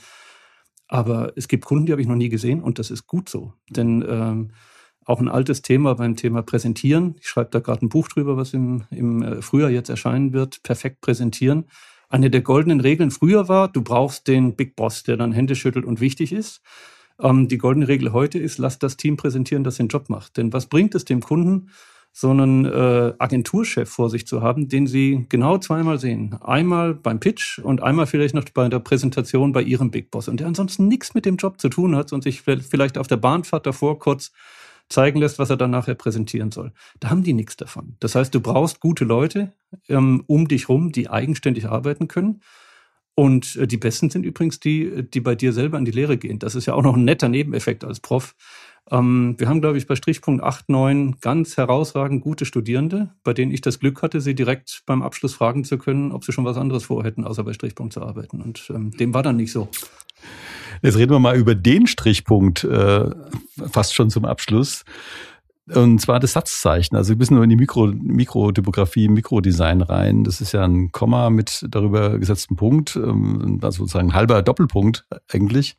Speaker 4: Aber es gibt Kunden, die habe ich noch nie gesehen und das ist gut so. Denn ähm, auch ein altes Thema beim Thema Präsentieren. Ich schreibe da gerade ein Buch drüber, was im, im Frühjahr jetzt erscheinen wird. Perfekt präsentieren. Eine der goldenen Regeln früher war, du brauchst den Big Boss, der dann Hände schüttelt und wichtig ist. Ähm, die goldene Regel heute ist, lass das Team präsentieren, das den Job macht. Denn was bringt es dem Kunden, so einen äh, Agenturchef vor sich zu haben, den sie genau zweimal sehen? Einmal beim Pitch und einmal vielleicht noch bei der Präsentation bei ihrem Big Boss. Und der ansonsten nichts mit dem Job zu tun hat und sich vielleicht auf der Bahnfahrt davor kurz zeigen lässt, was er dann nachher präsentieren soll. Da haben die nichts davon. Das heißt, du brauchst gute Leute ähm, um dich rum, die eigenständig arbeiten können. Und äh, die Besten sind übrigens die, die bei dir selber in die Lehre gehen. Das ist ja auch noch ein netter Nebeneffekt als Prof. Ähm, wir haben, glaube ich, bei Strichpunkt acht, neun ganz herausragend gute Studierende, bei denen ich das Glück hatte, sie direkt beim Abschluss fragen zu können, ob sie schon was anderes vorhätten, außer bei Strichpunkt zu arbeiten. Und ähm, dem war dann nicht so.
Speaker 3: Jetzt reden wir mal über den Strichpunkt, äh, fast schon zum Abschluss. Und zwar das Satzzeichen. Also wir müssen nur in die Mikro, Mikrotypografie, Mikrodesign rein. Das ist ja ein Komma mit darüber gesetztem Punkt, ähm, also sozusagen ein halber Doppelpunkt eigentlich.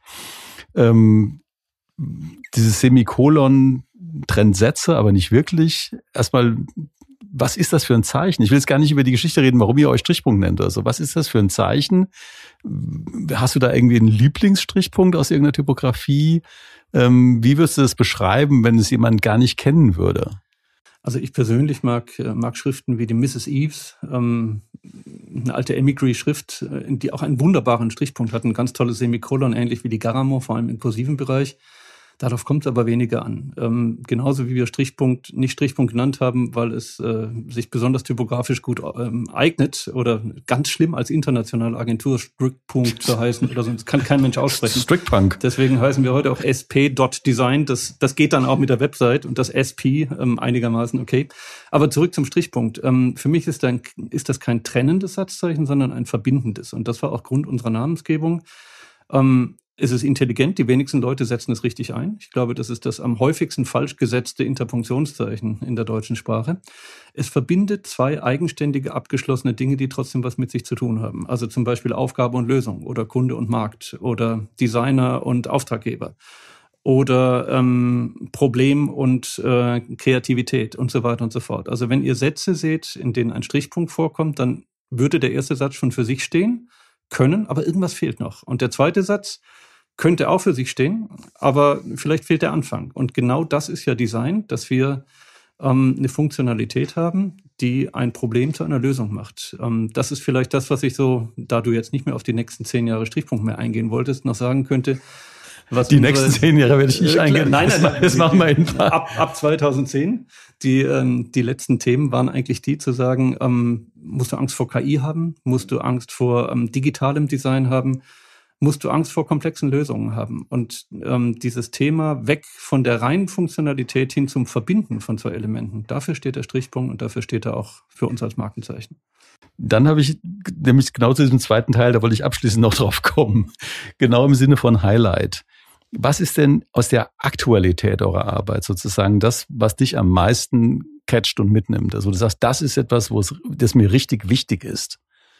Speaker 3: Ähm, dieses Semikolon trennt Sätze, aber nicht wirklich. Erstmal, was ist das für ein Zeichen? Ich will jetzt gar nicht über die Geschichte reden, warum ihr euch Strichpunkt nennt. Also was ist das für ein Zeichen? Hast du da irgendwie einen Lieblingsstrichpunkt aus irgendeiner Typografie? Ähm, wie würdest du das beschreiben, wenn es jemand gar nicht kennen würde?
Speaker 4: Also ich persönlich mag, mag Schriften wie die Misses Eves, ähm, eine alte Emigree-Schrift, die auch einen wunderbaren Strichpunkt hat, ein ganz tolles Semikolon, ähnlich wie die Garamond, vor allem im kursiven Bereich. Darauf kommt es aber weniger an. Ähm, genauso wie wir Strichpunkt nicht Strichpunkt genannt haben, weil es äh, sich besonders typografisch gut ähm, eignet oder ganz schlimm als internationale Agentur Strickpunkt zu heißen oder sonst kann kein Mensch aussprechen.
Speaker 3: Strickpunk.
Speaker 4: Deswegen heißen wir heute auch S P Design. Das, das geht dann auch mit der Website und das S P ähm, einigermaßen okay. Aber zurück zum Strichpunkt. Ähm, für mich ist, ein, ist das kein trennendes Satzzeichen, sondern ein verbindendes. Und das war auch Grund unserer Namensgebung. Ähm, Es ist intelligent, die wenigsten Leute setzen es richtig ein. Ich glaube, das ist das am häufigsten falsch gesetzte Interpunktionszeichen in der deutschen Sprache. Es verbindet zwei eigenständige, abgeschlossene Dinge, die trotzdem was mit sich zu tun haben. Also zum Beispiel Aufgabe und Lösung oder Kunde und Markt oder Designer und Auftraggeber. oder ähm, Problem und äh, Kreativität und so weiter und so fort. Also wenn ihr Sätze seht, in denen ein Strichpunkt vorkommt, dann würde der erste Satz schon für sich stehen können, aber irgendwas fehlt noch. Und der zweite Satz könnte auch für sich stehen, aber vielleicht fehlt der Anfang. Und genau das ist ja Design, dass wir ähm, eine Funktionalität haben, die ein Problem zu einer Lösung macht. Ähm, das ist vielleicht das, was ich so, da du jetzt nicht mehr auf die nächsten zehn Jahre Strichpunkt mehr eingehen wolltest, noch sagen könnte.
Speaker 3: Was die unsere, nächsten zehn Jahre werde ich nicht äh, eingehen.
Speaker 4: Nein, nein, nein.
Speaker 3: Das machen wir in
Speaker 4: ab, ab zweitausendzehn. Die, ähm, die letzten Themen waren eigentlich die, zu sagen, ähm, musst du Angst vor K I haben? Musst du Angst vor ähm, digitalem Design haben? Musst du Angst vor komplexen Lösungen haben? Und ähm, dieses Thema weg von der reinen Funktionalität hin zum Verbinden von zwei Elementen, dafür steht der Strichpunkt und dafür steht er auch für uns als Markenzeichen.
Speaker 3: Dann habe ich nämlich genau zu diesem zweiten Teil, da wollte ich abschließend noch drauf kommen, genau im Sinne von Highlight. Was ist denn aus der Aktualität eurer Arbeit sozusagen das, was dich am meisten catcht und mitnimmt? Also du sagst, das ist etwas, wo es, das mir richtig wichtig ist.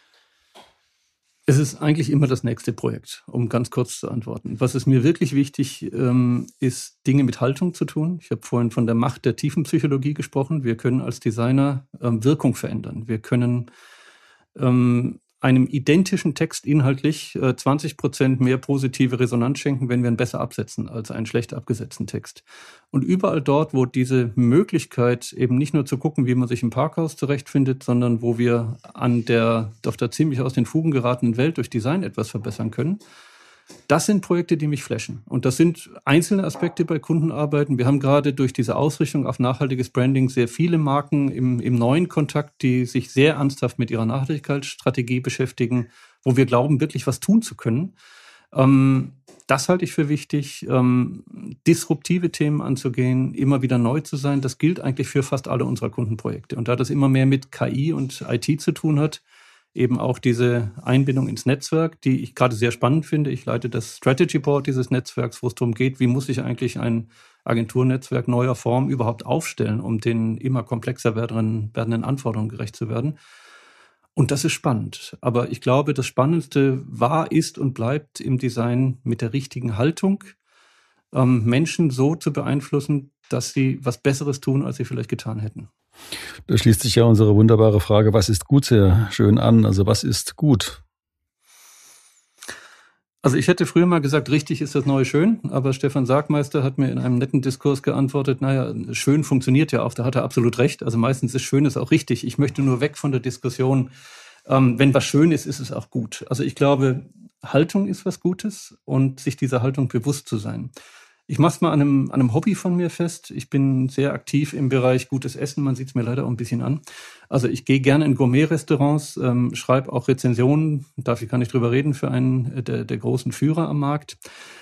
Speaker 4: Es ist eigentlich immer das nächste Projekt, um ganz kurz zu antworten. Was ist mir wirklich wichtig, ähm, ist, Dinge mit Haltung zu tun. Ich habe vorhin von der Macht der Tiefenpsychologie gesprochen. Wir können als Designer ähm, Wirkung verändern. Wir können ähm, einem identischen Text inhaltlich äh, zwanzig Prozent mehr positive Resonanz schenken, wenn wir ihn besser absetzen als einen schlecht abgesetzten Text. Und überall dort, wo diese Möglichkeit eben nicht nur zu gucken, wie man sich im Parkhaus zurechtfindet, sondern wo wir an der auf der ziemlich aus den Fugen geratenen Welt durch Design etwas verbessern können, das sind Projekte, die mich flashen. Und das sind einzelne Aspekte bei Kundenarbeiten. Wir haben gerade durch diese Ausrichtung auf nachhaltiges Branding sehr viele Marken im, im neuen Kontakt, die sich sehr ernsthaft mit ihrer Nachhaltigkeitsstrategie beschäftigen, wo wir glauben, wirklich was tun zu können. Ähm, das halte ich für wichtig, ähm, disruptive Themen anzugehen, immer wieder neu zu sein. Das gilt eigentlich für fast alle unserer Kundenprojekte. Und da das immer mehr mit K I und I T zu tun hat, eben auch diese Einbindung ins Netzwerk, die ich gerade sehr spannend finde. Ich leite das Strategy Board dieses Netzwerks, wo es darum geht, wie muss sich eigentlich ein Agenturnetzwerk neuer Form überhaupt aufstellen, um den immer komplexer werdenden, werdenden Anforderungen gerecht zu werden. Und das ist spannend. Aber ich glaube, das Spannendste war, ist und bleibt im Design mit der richtigen Haltung, ähm, Menschen so zu beeinflussen, dass sie was Besseres tun, als sie vielleicht getan hätten.
Speaker 3: Da schließt sich ja unsere wunderbare Frage, was ist gut, sehr schön an. Also was ist gut?
Speaker 4: Also ich hätte früher mal gesagt, richtig ist das neue schön, aber Stefan Sargmeister hat mir in einem netten Diskurs geantwortet, naja, schön funktioniert ja auch, da hat er absolut recht. Also meistens ist schön ist auch richtig. Ich möchte nur weg von der Diskussion, ähm, wenn was schön ist, ist es auch gut. Also ich glaube, Haltung ist was Gutes und sich dieser Haltung bewusst zu sein. Ich mache es mal an einem, an einem Hobby von mir fest. Ich bin sehr aktiv im Bereich gutes Essen. Man sieht es mir leider auch ein bisschen an. Also ich gehe gerne in Gourmet-Restaurants, ähm, schreibe auch Rezensionen, dafür kann ich drüber reden, für einen der, der großen Führer am Markt.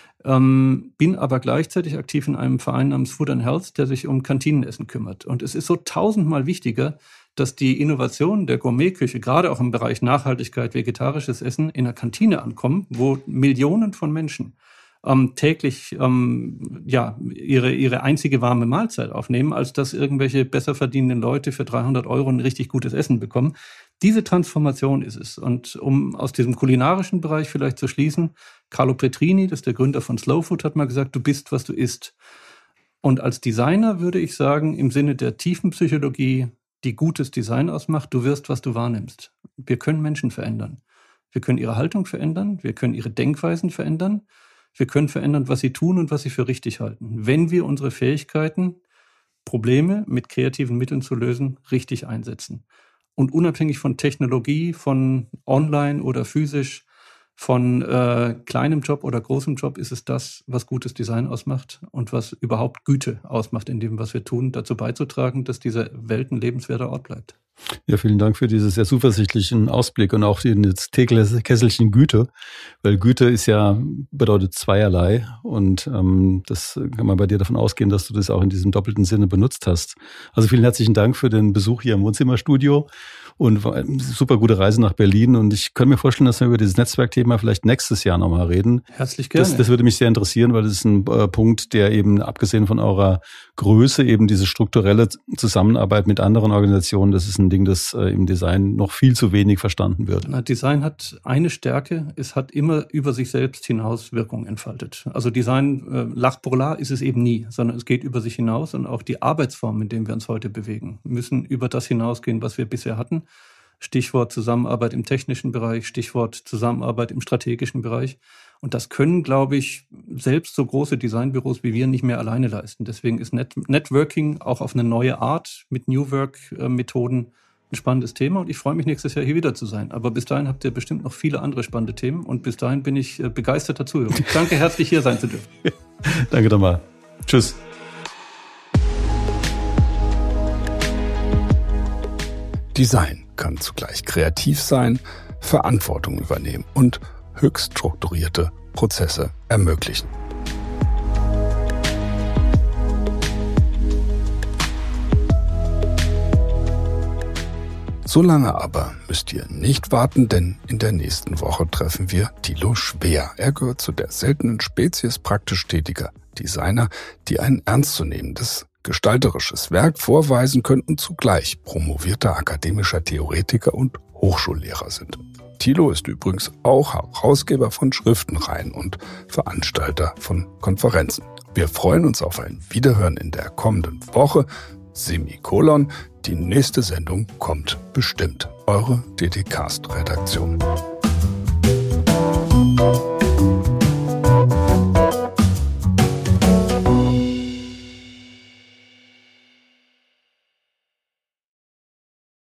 Speaker 4: Ähm, bin aber gleichzeitig aktiv in einem Verein namens Food and Health, der sich um Kantinenessen kümmert. Und es ist so tausendmal wichtiger, dass die Innovationen der Gourmetküche, gerade auch im Bereich Nachhaltigkeit, vegetarisches Essen, in der Kantine ankommen, wo Millionen von Menschen Ähm, täglich ähm, ja ihre ihre einzige warme Mahlzeit aufnehmen, als dass irgendwelche besser verdienenden Leute für dreihundert Euro ein richtig gutes Essen bekommen. Diese Transformation ist es. Und um aus diesem kulinarischen Bereich vielleicht zu schließen, Carlo Petrini, das ist der Gründer von Slow Food, hat mal gesagt, du bist, was du isst. Und als Designer würde ich sagen, im Sinne der tiefen Psychologie, die gutes Design ausmacht, du wirst, was du wahrnimmst. Wir können Menschen verändern. Wir können ihre Haltung verändern, wir können ihre Denkweisen verändern. Wir können verändern, was sie tun und was sie für richtig halten, wenn wir unsere Fähigkeiten, Probleme mit kreativen Mitteln zu lösen, richtig einsetzen. Und unabhängig von Technologie, von online oder physisch, von äh, kleinem Job oder großem Job, ist es das, was gutes Design ausmacht und was überhaupt Güte ausmacht in dem, was wir tun, dazu beizutragen, dass diese Welt ein lebenswerter Ort bleibt.
Speaker 3: Ja, vielen Dank für diesen sehr zuversichtlichen Ausblick und auch das Teekesselchen Güte, weil Güte ist ja, bedeutet zweierlei und ähm, das kann man bei dir davon ausgehen, dass du das auch in diesem doppelten Sinne benutzt hast. Also vielen herzlichen Dank für den Besuch hier im Wohnzimmerstudio und super gute Reise nach Berlin und ich könnte mir vorstellen, dass wir über dieses Netzwerkthema vielleicht nächstes Jahr nochmal reden.
Speaker 4: Herzlich gerne.
Speaker 3: Das, das würde mich sehr interessieren, weil das ist ein äh, Punkt, der eben abgesehen von eurer Größe, eben diese strukturelle Zusammenarbeit mit anderen Organisationen, das ist ein ein Ding, das äh, im Design noch viel zu wenig verstanden wird.
Speaker 4: Na, Design hat eine Stärke, es hat immer über sich selbst hinaus Wirkung entfaltet. Also Design, äh, l'art pour l'art ist es eben nie, sondern es geht über sich hinaus und auch die Arbeitsformen, in denen wir uns heute bewegen, müssen über das hinausgehen, was wir bisher hatten. Stichwort Zusammenarbeit im technischen Bereich, Stichwort Zusammenarbeit im strategischen Bereich. Und das können, glaube ich, selbst so große Designbüros wie wir nicht mehr alleine leisten. Deswegen ist Net- Networking auch auf eine neue Art mit New Work-Methoden ein spannendes Thema. Und ich freue mich, nächstes Jahr hier wieder zu sein. Aber bis dahin habt ihr bestimmt noch viele andere spannende Themen. Und bis dahin bin ich begeisterter Zuhörer. Danke herzlich, hier sein zu dürfen.
Speaker 3: Danke nochmal. Tschüss.
Speaker 2: Design kann zugleich kreativ sein, Verantwortung übernehmen und höchst strukturierte Prozesse ermöglichen. So lange aber müsst ihr nicht warten, denn in der nächsten Woche treffen wir Thilo Schwer. Er gehört zu der seltenen Spezies praktisch tätiger Designer, die ein ernstzunehmendes gestalterisches Werk vorweisen können und zugleich promovierter akademischer Theoretiker und Hochschullehrer sind. Thilo ist übrigens auch Herausgeber von Schriftenreihen und Veranstalter von Konferenzen. Wir freuen uns auf ein Wiederhören in der kommenden Woche. Semikolon, die nächste Sendung kommt bestimmt. Eure D D Cast-Redaktion.